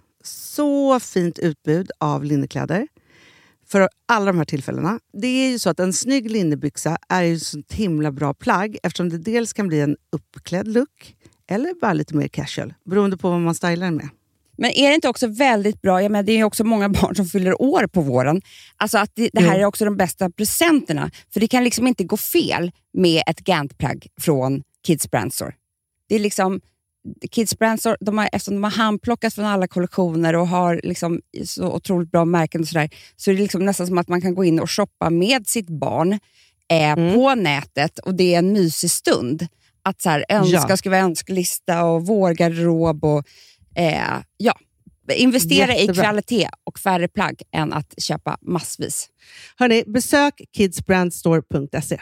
så fint utbud av linnekläder. För alla de här tillfällena. Det är ju så att en snygg linnebyxa är ju så ett himla bra plagg eftersom det dels kan bli en uppklädd look eller bara lite mer casual, beroende på vad man stylar med. Men är det inte också väldigt bra, jag menar, det är ju också många barn som fyller år på våren, alltså att det, det här Jo. är också de bästa presenterna, för det kan liksom inte gå fel med ett Gant-plagg från Kids Brand Store. Det är liksom Kids Brand Store, de har, eftersom de har handplockat från alla kollektioner och har liksom så otroligt bra märken och sådär, så är det liksom nästan som att man kan gå in och shoppa med sitt barn eh, Mm. på nätet och det är en mysig stund. Att så här, önska, Ja. skriva önskelista och vårgarderob och eh, ja, investera Jättebra. i kvalitet och färre plagg än att köpa massvis. Hörrni, besök kids brand store punkt se.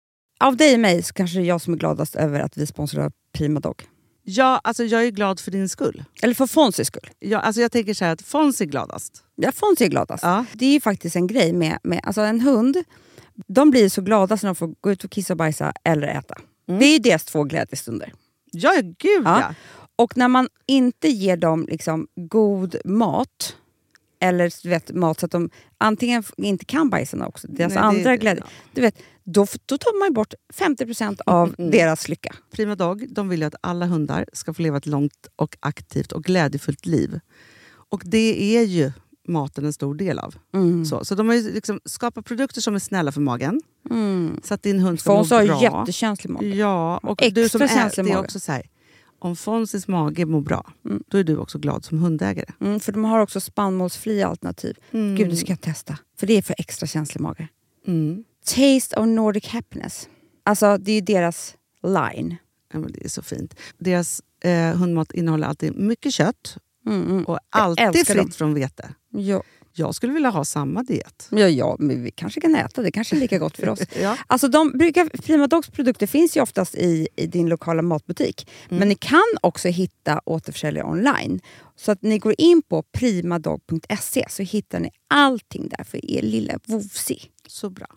Av dig och mig så kanske det är jag som är gladast över att vi sponsrar Prima Dog. Ja, alltså jag är glad för din skull. Eller för Fonzys skull. Jag, alltså jag tänker så här att Fons är gladast. Ja, Fonzie är gladast. Ja. Det är ju faktiskt en grej med, med alltså en hund. De blir så glada när de får gå ut och kissa och bajsa eller äta. Mm. Det är ju deras två glädjestunder. Ja, gud Ja. ja. Och när man inte ger dem liksom god mat eller du vet, mat så att de antingen inte kan bajsarna också. Deras Nej, andra det, glädje. Ja. Du vet, då, då tar man bort femtio procent av Mm. deras lycka. Prima Dog, de vill ju att alla hundar ska få leva ett långt och aktivt och glädjefullt liv. Och det är ju maten en stor del av. Mm. Så, så de har ju liksom skapat produkter som är snälla för magen. Mm. Så att din hund ska må Fons har bra. jättekänslig mage. Ja, och Extra du som är, känslig det är mage. också så här. Om Fonsis mage mår bra, Mm. då är du också glad som hundägare. Mm, för de har också spannmålsfria alternativ. Mm. Gud, det ska jag testa. För det är för extra känslig mage. Mm. Taste of Nordic Happiness. Alltså, det är ju deras line. Ja, men det är så fint. Deras eh, hundmat innehåller alltid mycket kött Mm, mm. och alltid älskar fritt dem. från vete. Ja. Jag skulle vilja ha samma diet. Ja, ja, men vi kanske kan äta. Det kanske är lika gott för oss. Ja. Alltså, de brukar, Prima Dogs produkter finns ju oftast i, i din lokala matbutik. Mm. Men ni kan också hitta återförsäljare online. Så att ni går in på primadog punkt se så hittar ni allting där för er lilla vovsi. Så bra.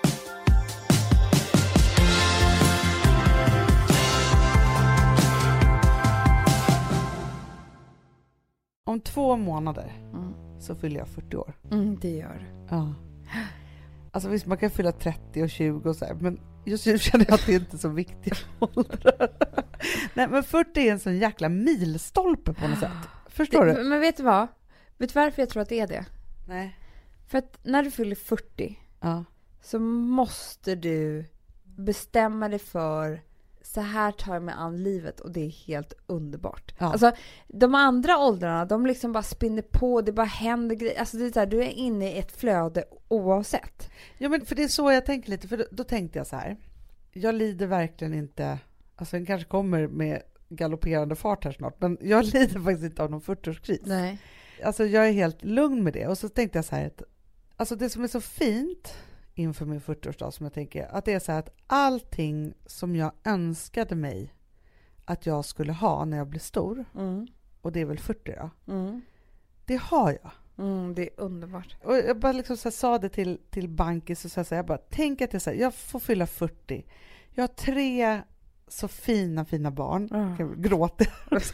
Om två månader Mm. så fyller jag fyrtio år. Mm, det gör du. Ja. Alltså visst, man kan fylla trettio och tjugo och så här, men just nu känner jag att det inte är så viktiga åldrar. Nej, men fyrtio är en sån jäkla milstolpe på något sätt. Förstår Det, du? men vet du vad? Vet du varför jag tror att det är det? Nej. För att när du fyller fyrtio Ja. så måste du bestämma dig för så här tar jag mig an livet och det är helt underbart. Ja. Alltså, de andra åldrarna, de liksom bara spinner på, det bara händer grejer. Alltså, det är så här, du är inne i ett flöde oavsett. Ja, men för det är så jag tänker lite, för då, då tänkte jag så här. Jag lider verkligen inte, alltså den kanske kommer med galopperande fart här snart, men jag lider faktiskt inte av någon fyrtioårskris. Nej. Alltså jag är helt lugn med det. Och så tänkte jag så här, att, alltså det som är så fint inför min fyrtioårsdag som jag tänker, att det är så här att allting som jag önskade mig att jag skulle ha när jag blir stor, Mm. och det är väl fyrtio då, Mm. det har jag. Mm, det är underbart. Och jag bara liksom så här, sa det till, till bankis och så här, jag bara, tänk att jag, så här, jag får fylla fyrtio. Jag har tre så fina, fina barn. Mm. Jag gråter.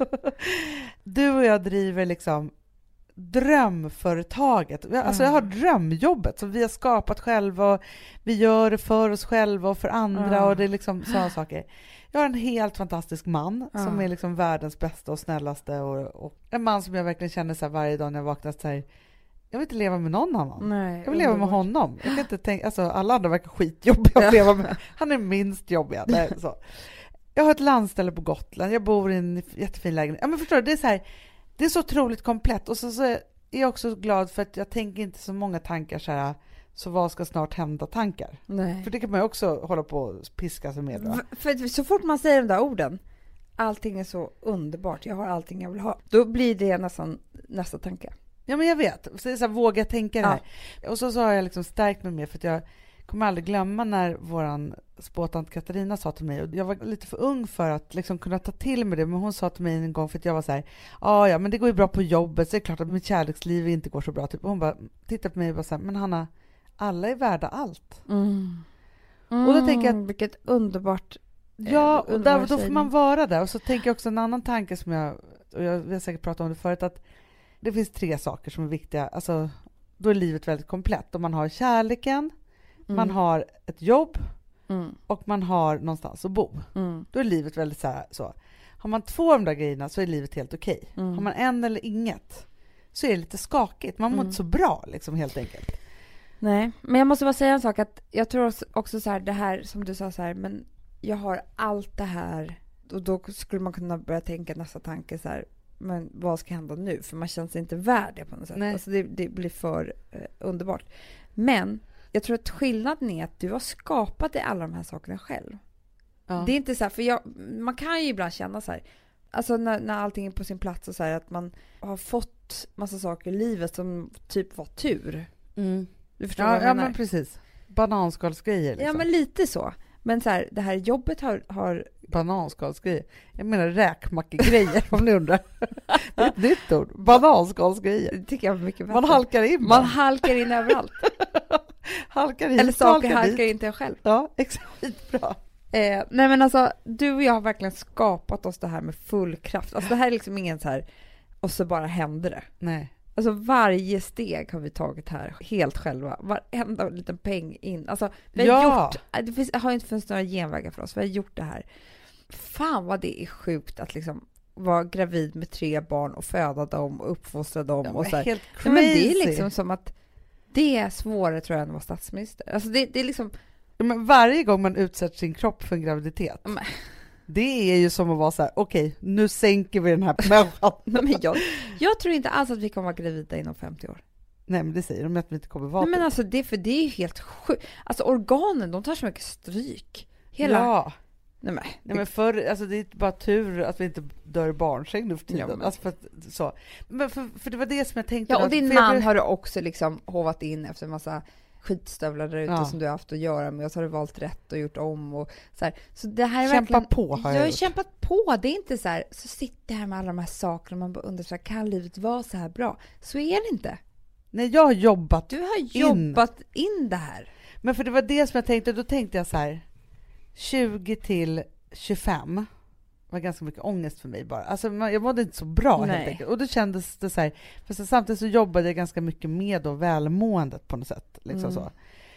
Du och jag driver liksom drömföretaget. Alltså jag har drömjobbet som vi har skapat själva och vi gör det för oss själva och för andra Mm. och det är liksom sådana saker. Jag har en helt fantastisk man Mm. som är liksom världens bästa och snällaste och, och en man som jag verkligen känner så här varje dag när jag vaknar så här, jag vill inte leva med någon annan. Nej, Jag vill leva med underbart. honom. Jag kan inte tänka, alltså alla andra verkar skitjobbiga att leva med. Han är minst jobbiga. Nej, så. Jag har ett landställe på Gotland. Jag bor i en jättefin lägenhet. Ja, men förstår du, det är så här, det är så otroligt komplett. Och så, så är jag också glad för att jag tänker inte så många tankar så här, så vad ska snart hända tankar? Nej. För det kan man ju också hålla på och piska sig med. Va? För, för så fort man säger de där orden, allting är så underbart, jag har allting jag vill ha, då blir det nästan nästa tanke. Ja, men jag vet. Så det är så här, våga jag tänka det här. Och så, så har jag liksom stärkt mig med, för att jag kommer aldrig glömma när våran spåtant Katarina sa till mig, och jag var lite för ung för att liksom kunna ta till mig det, men hon sa till mig en gång, för att jag var så här, ah, ja men det går ju bra på jobbet, så det är klart att mitt kärleksliv inte går så bra. Typ. Och hon bara tittade på mig och bara så här, men Hanna, alla är värda allt. Mm. Mm, Och då tänker jag att- vilket underbart. Ja, och underbar där, då får sägning. man vara där. Och så tänker jag också en annan tanke som jag, och jag har säkert pratat om det förut, att det finns tre saker som är viktiga. Alltså, då är livet väldigt komplett. Om man har kärleken, Mm. man har ett jobb Mm. och man har någonstans att bo. Mm. Då är livet väldigt så här, så. Har man två av de där grejerna så är livet helt okej. Mm. Har man en eller inget så är det lite skakigt. Man mår Mm. inte så bra liksom, helt enkelt. Nej, men jag måste bara säga en sak, att jag tror också så här, det här som du sa så här, men jag har allt det här, och då skulle man kunna börja tänka nästa tanke så här, men vad ska hända nu? För man känns inte värd det på något sätt. Nej. Alltså det, det blir för eh, underbart. Men jag tror att skillnaden är att du har skapat dig alla de här sakerna själv. Ja. Det är inte så här, för jag, man kan ju ibland känna så här, alltså när, när allting är på sin plats och så här, att man har fått massa saker i livet som typ var tur. Mm. Du förstår Ja, vad jag ja menar? men precis. Bananskalsgrejer liksom. Ja, men lite så. Men så här, det här jobbet har... har Bananskalsgrejer. Jag menar räkmackegrejer om ni undrar. Det är ett nytt ord. Bananskalsgrejer. det tycker jag är mycket bättre. Man halkar in. Man Man halkar in överallt. halkar in. Eller saker halkar halkar dit. in till en själv. Ja, exakt. Bra. Eh, nej men alltså, du och jag har verkligen skapat oss det här med full kraft. Alltså det här är liksom ingen så här, och så bara händer det. Nej. Alltså varje steg har vi tagit här helt själva. Varenda liten peng in. Alltså vi har Ja. gjort, det finns, har inte funnits några genvägar för oss. Vi har gjort det här. Fan vad det är sjukt att liksom vara gravid med tre barn och föda dem och uppfostra dem. Ja, och så här. helt Nej, crazy. men det är liksom som att det är svårare tror jag än att vara statsminister. Alltså det, det är liksom... Ja, men varje gång man utsätter sin kropp för en graviditet, Men, det är ju som att vara så här: okej, okay, nu sänker vi den här människan. nej, men jag, jag tror inte alls att vi kommer vara gravida inom femtio år. Nej, men det säger de att vi inte kommer vara. Nej, men typ. alltså det, för det är ju helt sjukt. Alltså organen, de tar så mycket stryk. Hela... Ja. Nej, men, Nej, men för, alltså det är bara tur att vi inte dör i barnsäng nu för tiden. Ja, men... Alltså för, att, så. Men för, för det var det som jag tänkte. Ja, och att, din för man jag, har du också liksom hovat in efter en massa skitstövlar där ute Ja. som du har haft att göra med, och så har du valt rätt och gjort om och så här. Så det här är Kämpa verkligen... på har jag Jag har gjort. kämpat på. Det är inte så här, så sitter jag här med alla de här sakerna och man bara undrar så här, kan livet vara så här bra? Så är det inte. Nej, jag har jobbat. Du har jobbat in, in det här. Men för det var det som jag tänkte, då tänkte jag så här: tjugo till tjugofem var ganska mycket ångest för mig bara. Alltså jag mådde inte så bra Nej. helt enkelt. Och då kändes det så här, för så samtidigt så jobbade jag ganska mycket med då välmåendet på något sätt. Liksom Mm. så.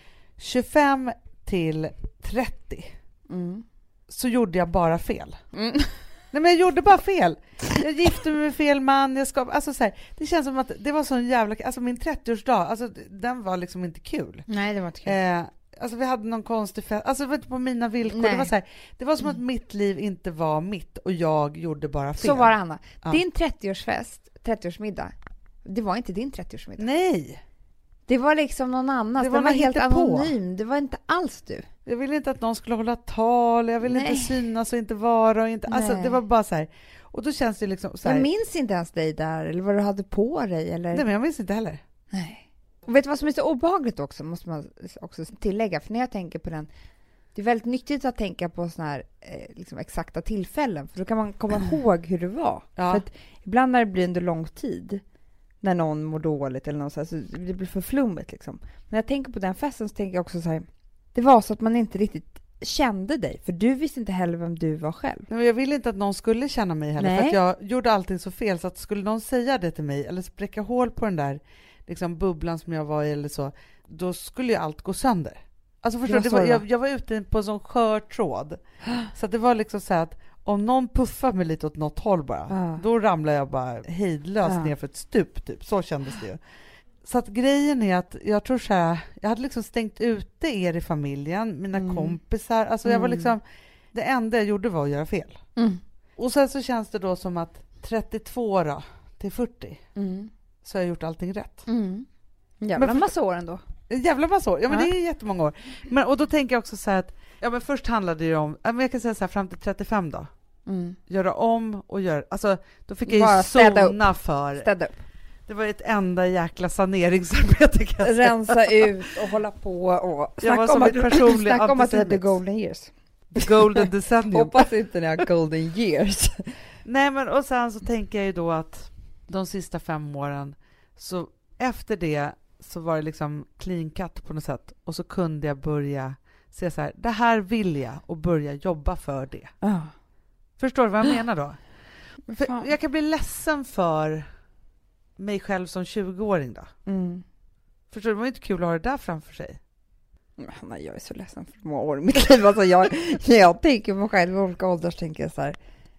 tjugofem till trettio Mm. så gjorde jag bara fel. Mm. Nej, men jag gjorde bara fel. Jag gifte mig med fel man. Jag ska, alltså så här, det känns som att det var sån jävla... Alltså min trettioårsdag, alltså den var liksom inte kul. Nej, det var inte kul. Eh, alltså vi hade någon konstig fest. Alltså det var inte på mina villkor. Nej. Det var, så här, det var som att mitt liv inte var mitt och jag gjorde bara fel. Så var det, Anna. Ja. Din trettioårsfest, trettioårsmiddag, det var inte din trettioårsmiddag. Nej, Det var liksom någon annan. Det Det var var, var någon helt hittepå. anonym. Det var inte alls du. jag ville inte att någon skulle hålla tal. Jag ville Nej. inte synas och inte vara. Och inte, alltså Nej. det var bara så här. Och då känns det liksom så här. Jag minns inte ens dig där, eller vad du hade på dig. Eller... Nej, men jag minns inte heller. Nej. Och vet du vad som är så obehagligt också, måste man också tillägga. För när jag tänker på den, det är väldigt nyttigt att tänka på såna här eh, liksom exakta tillfällen. För då kan man komma ihåg hur det var. Ja. För att ibland när det blir under lång tid, när någon mår dåligt eller något så, här, så det blir för flummigt liksom. När jag tänker på den festen så tänker jag också så här, det var så att man inte riktigt kände dig. För du visste inte heller vem du var själv. Nej, men jag ville inte att någon skulle känna mig heller. Nej. För att jag gjorde allting så fel. Så att skulle någon säga det till mig eller spräcka hål på den där liksom, bubblan som jag var i eller så, då skulle ju allt gå sönder. Alltså förstår Det du, var det så var, det jag, jag var ute på en sån skör tråd. Så att det var liksom så här att om någon puffar mig lite åt något håll bara, Ja. då ramlar jag bara hejdlöst Ja. ner för ett stup typ. Så kändes det ju. Så att grejen är att jag tror så här, jag hade liksom stängt ute er i familjen, mina Mm. kompisar. Alltså jag var Mm. liksom, det enda jag gjorde var att göra fel. Mm. Och sen så känns det då som att trettiotvå då, till fyrtio Mm. så har jag gjort allting rätt. Mm. Jävla Men för- massa år ändå. En jävla massa år. Ja, men Ja. det är jättemånga år. Men, och då tänker jag också så här att, ja men först handlade det ju om, ja, men jag kan säga så här, fram till trettiofem då. Mm. Göra om och göra, alltså då fick jag Bara ju städa upp. zona för, Städa upp. det var ett enda jäkla saneringsarbete kan jag säga. Rensa ut och hålla på och Jag var snacka som om ett att, personligt snacka om att det är the antisemit. golden years. The golden decennium. Hoppas inte ni har golden years. Nej men och sen så tänker jag ju då att de sista fem åren, så efter det så var det liksom clean cut på något sätt, och så kunde jag börja se så här, det här vill jag, och börja jobba för det. Ah. Förstår du vad jag menar då? För Fan. jag kan bli ledsen för mig själv som tjugoåring då. Mm. Förstår du, det var inte kul att ha det där framför sig. Men Hanna, jag är så ledsen för många år i mitt liv. Alltså jag, när jag tänker på mig själv i olika åldrar så tänker jag så här,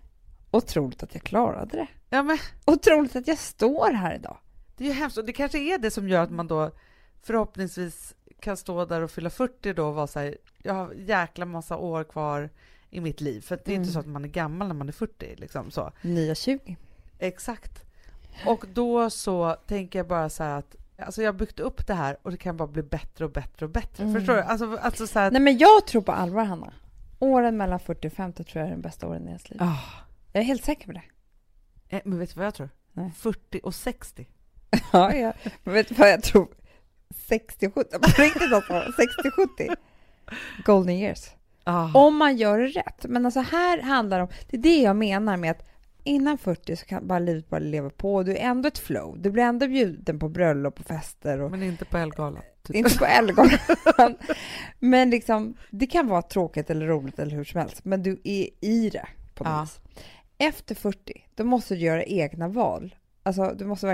otroligt att jag klarade det. Ja men Otroligt att jag står här idag. det är ju hemskt, och det kanske är det som gör att man då förhoppningsvis kan stå där och fylla fyrtio då och vara så här, jag har jäkla massa år kvar i mitt liv. För det är Mm. inte så att man är gammal när man är fyrtio liksom så. Nya tjugo. Exakt. Och då så tänker jag bara så här att alltså jag har byggt upp det här och det kan bara bli bättre och bättre och bättre. Mm. Förstår du? Alltså, alltså så här att, Nej, men jag tror på allvar, Hanna. Åren mellan fyrtio och femtio tror jag är den bästa åren i ens liv. ah, Jag är helt säker på det. eh, men vet du vad jag tror? Nej. fyrtio och sextio. Ja, ja. Men vet du vad jag tror? sextio sjuttio. På riktigt alltså. sextio sjuttio. Golden years. Ah. Om man gör det rätt. Men alltså här handlar det om, det är det jag menar med att innan fyrtio så kan bara livet bara leva på. Du är ändå ett flow. Du blir ändå bjuden på bröllop och fester. Och Men inte på Ellegalan. Typ. inte på Ellegalan. Men liksom, det kan vara tråkigt eller roligt eller hur som helst. Men du är i det på något Ja. vis. Efter fyrtio, då måste du göra egna val. Alltså, du måste verkligen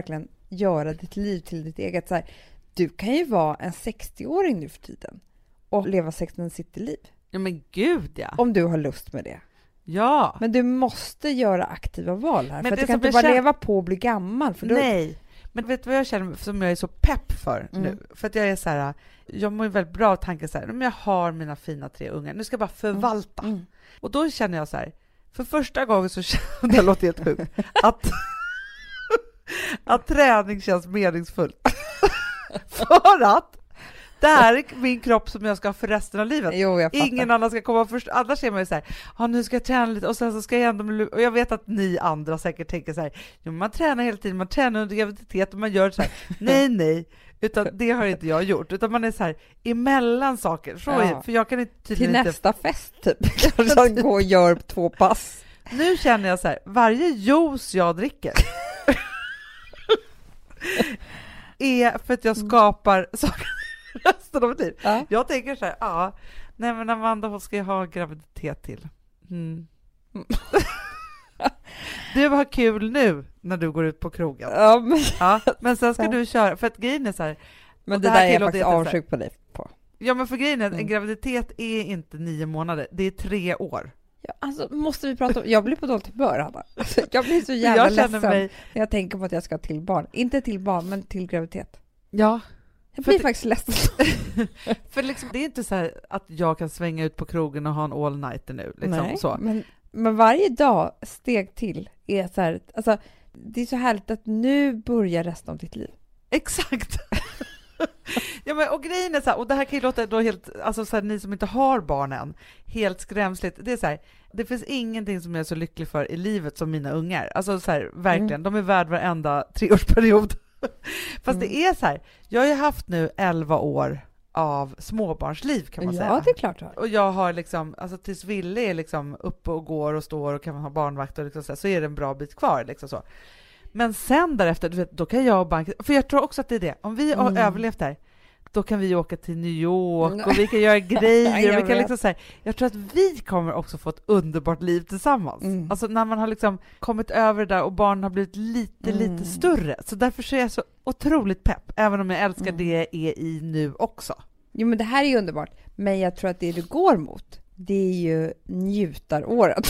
göra ditt liv till ditt eget. Så här, du kan ju vara en sextioåring nu för tiden och leva Sex and the City-liv. Ja men gud ja. Om du har lust med det. Ja. Men du måste göra aktiva val här. Men för att det du kan som inte jag bara känner- leva på och bli gammal. För då... Nej. Men vet du vad jag känner som jag är så pepp för Mm. nu? För att jag är så här, jag mår ju väldigt bra av tanken så här, men jag har mina fina tre ungar, nu ska jag bara förvalta. Mm. Mm. Och då känner jag så här, för första gången så känner, det låter helt sjukt, att, att träning känns meningsfullt. För att det här är min kropp som jag ska ha för resten av livet. Jo, jag fattar. Ingen annan ska komma först. Annars är man ju så här, ah, nu ska jag träna lite och sen så ska jag ändå... Och jag vet att ni andra säkert tänker så här, jo, man tränar hela tiden, man tränar under graviditet och man gör så här. Nej, nej. Utan det har inte jag gjort. Utan man är så här, emellan saker. Så Ja. är, för jag kan inte... Till inte, nästa fest typ. Kanske gå och gör två pass. Nu känner jag så här, varje juice jag dricker är för att jag skapar saker resten av mitt liv. Ja. Jag tänker så här, ja, nej men Amanda, hon ska ju ha graviditet till. Mm. Du har kul nu när du går ut på krogen. Ja, men... Ja, men sen ska Ja. du köra, för att grejen är så här, Men och det, det här där är jag tillåter faktiskt jag inte avundsjuk på dig på. ja men för grejen är att en Mm. graviditet är inte nio månader, det är tre år. Ja, alltså, måste vi prata om... Jag blir på dåligt humör, Hanna. Alltså, jag blir så jävla Jag känner ledsen mig, när jag tänker på att jag ska till barn. Inte till barn, men till graviditet. ja. Jag För blir att- faktiskt ledsen. För liksom, det är inte så här att jag kan svänga ut på krogen och ha en all nighter nu. Liksom, Nej, så. Men, men varje dag, steg till, är så här... Alltså, det är så härligt att nu börjar resten av ditt liv. Exakt. Ja, men, och grejen är så här, och det här kan ju låta då helt, alltså så här, ni som inte har barn än, helt skrämsligt. Det är så här, det finns ingenting som jag är så lycklig för i livet som mina ungar. Alltså så här, verkligen, Mm. de är värd varenda treårsperiod. Fast Mm. det är så här, jag har ju haft nu elva år av småbarnsliv kan man Ja, säga. det är klart du har. Och jag har liksom, alltså tills Ville är liksom uppe och går och står och kan ha barnvakt och liksom så, här, så är det en bra bit kvar liksom så. Men sen därefter, du vet, då kan jag och banken, för jag tror också att det är det, om vi har Mm. överlevt här, då kan vi åka till New York Mm. och vi kan göra grejer Jag och vi kan vet. liksom så här, jag tror att vi kommer också få ett underbart liv tillsammans. Mm. Alltså när man har liksom kommit över det där och barnen har blivit lite, Mm. lite större. Så därför så är jag så otroligt pepp, även om jag älskar Mm. det jag är i nu också. Jo, men det här är ju underbart. Men jag tror att det du går mot, det är ju njutaråret.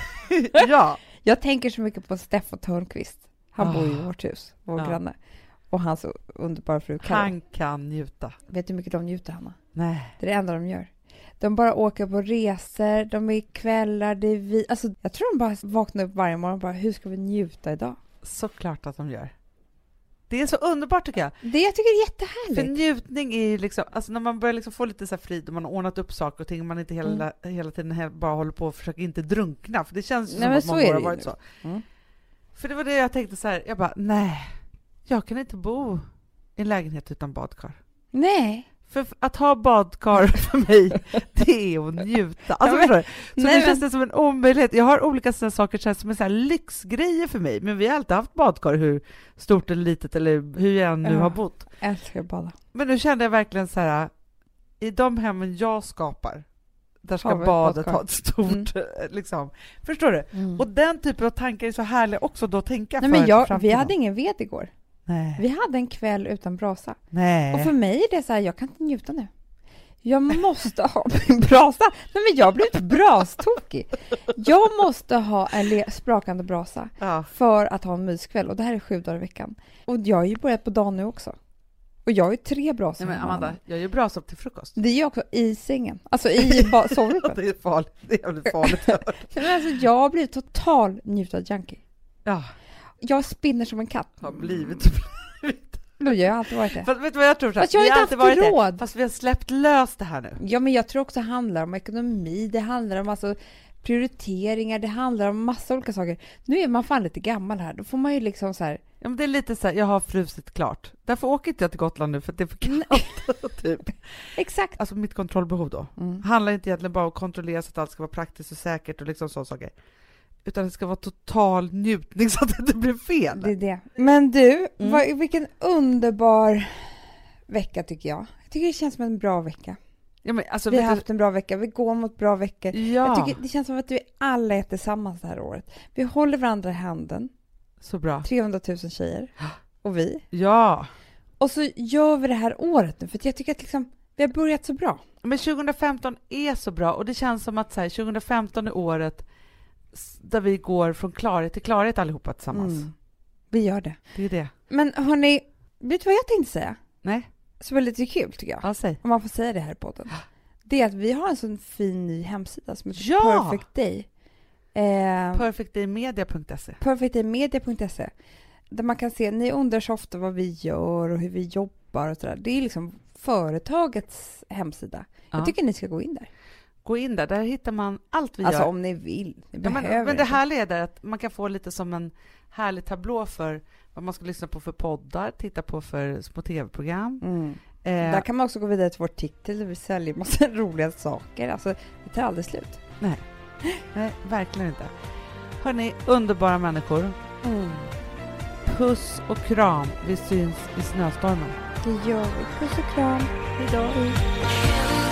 Ja. Jag tänker så mycket på Steffo Törnqvist. Han Ah. bor ju i vårt hus, vår Ja. granne. Och hans underbara fru Karo. Han kan njuta. Vet du hur mycket de njuter, Hanna? Nej. Det är det enda de gör. De bara åker på resor, de är kvällar, det är vi... Alltså, jag tror de bara vaknar upp varje morgon och bara, hur ska vi njuta idag? Såklart att de gör. Det är så underbart tycker jag. Det jag tycker är För jättehärligt. njutning är ju liksom, alltså när man börjar liksom få lite så här frid och man har ordnat upp saker och ting och man inte hela, Mm. hela tiden he- bara håller på och försöker inte drunkna, för det känns ju Nej, som men att så många är år det har ju varit nu. så. Mm. För det var det jag tänkte så här, jag bara, nej, jag kan inte bo i en lägenhet utan badkar. Nej. För f- att ha badkar för mig, det är att njuta. Alltså, Ja, men- förstår du? Så nej, det men- känns det som en omöjlighet. Jag har olika sådana saker så här, som är så här lyxgrejer för mig, men vi har alltid haft badkar, hur stort eller litet eller hur jag än nu Ja. har bott. Jag älskar att bada. Men nu kände jag verkligen så här, i de hemmen jag skapar, där ska Har vi ett badet badkar? ha ett stort, liksom. Förstår du? Mm. Och den typen av tankar är så härliga också då att tänka Nej, för men jag, vi framtiden. hade ingen ved igår. Nej. Vi hade en kväll utan brasa. Nej. Och för mig är det så här, jag kan inte njuta nu. Jag måste ha min brasa. Nej, men jag har blivit brastokig. Jag måste ha en le- sprakande brasa Ja. för att ha en myskväll. Och det här är sju dagar i veckan. Och jag har ju börjat på dagen nu också. Och jag har ju tre brasor. Nej, men hemma. Amanda, jag gör bra sopp till frukost. Det är ju också i sängen. Alltså i ba- sovrummet. Det är farligt. Det är jävligt farligt. Men alltså, jag har blivit total njutad junkie. Ja, Jag spinner som en katt. har blivit. Nu, jag har alltid varit det. Fast vet du vad jag tror? Så här, Fast jag har vi inte alltid haft varit råd. Det, fast vi har släppt lös det här nu. Ja, men jag tror också det handlar om ekonomi, det handlar om alltså prioriteringar, det handlar om massa olika saker. Nu är man fan lite gammal här, då får man ju liksom så här... Ja, men det är lite så här, jag har frusit klart. Därför åker inte jag till Gotland nu för att det är för kallt. Typ. Exakt. Alltså mitt kontrollbehov då. Mm. Handlar inte egentligen bara om att kontrollera så att allt ska vara praktiskt och säkert och liksom sådana saker. Utan det ska vara total njutning så att det inte blir fel. Det är det. Men du, Mm. vad, vilken underbar vecka tycker jag. Jag tycker det känns som en bra vecka. Ja, men alltså, Vi har vet haft en bra vecka, vi går mot bra veckor. du, ja, Jag tycker det känns som att vi alla är tillsammans det här året. Vi håller varandra i handen, så bra. trehundratusen tjejer. och vi. Ja. Och så gör vi det här året nu, för att jag tycker att liksom, vi har börjat så bra. Men tjugo femton är så bra, och det känns som att så här, tjugo femton är året där vi går från klarhet till klarhet allihopa tillsammans. Mm. Vi gör det. Det är det. Men hörni, vet du vad jag tänkte säga? Nej. Som är lite kul tycker jag. Ja, säg. Om man får säga det här på podden. Det är att vi har en sån fin ny hemsida som heter ja! Perfect Day. Eh, perfect day media punkt se perfect day media punkt se. Där man kan se, ni undrar så ofta vad vi gör och hur vi jobbar och sådär. Det är liksom företagets hemsida. Ja. Jag tycker ni ska gå in där. Gå in där, där hittar man allt vi alltså, gör. Alltså om ni vill. Ni ja, men, men det härliga är att man kan få lite som en härlig tablå för vad man ska lyssna på för poddar, titta på för små tv-program. Mm. Eh, där kan man också gå vidare till vårt titel där vi säljer massa roliga saker. Alltså, det tar aldrig slut. Nej, Nej verkligen inte. Hörrni, underbara människor. Mm. Puss och kram. Vi syns i snöstormen. Det gör vi. Puss och kram. Hej då.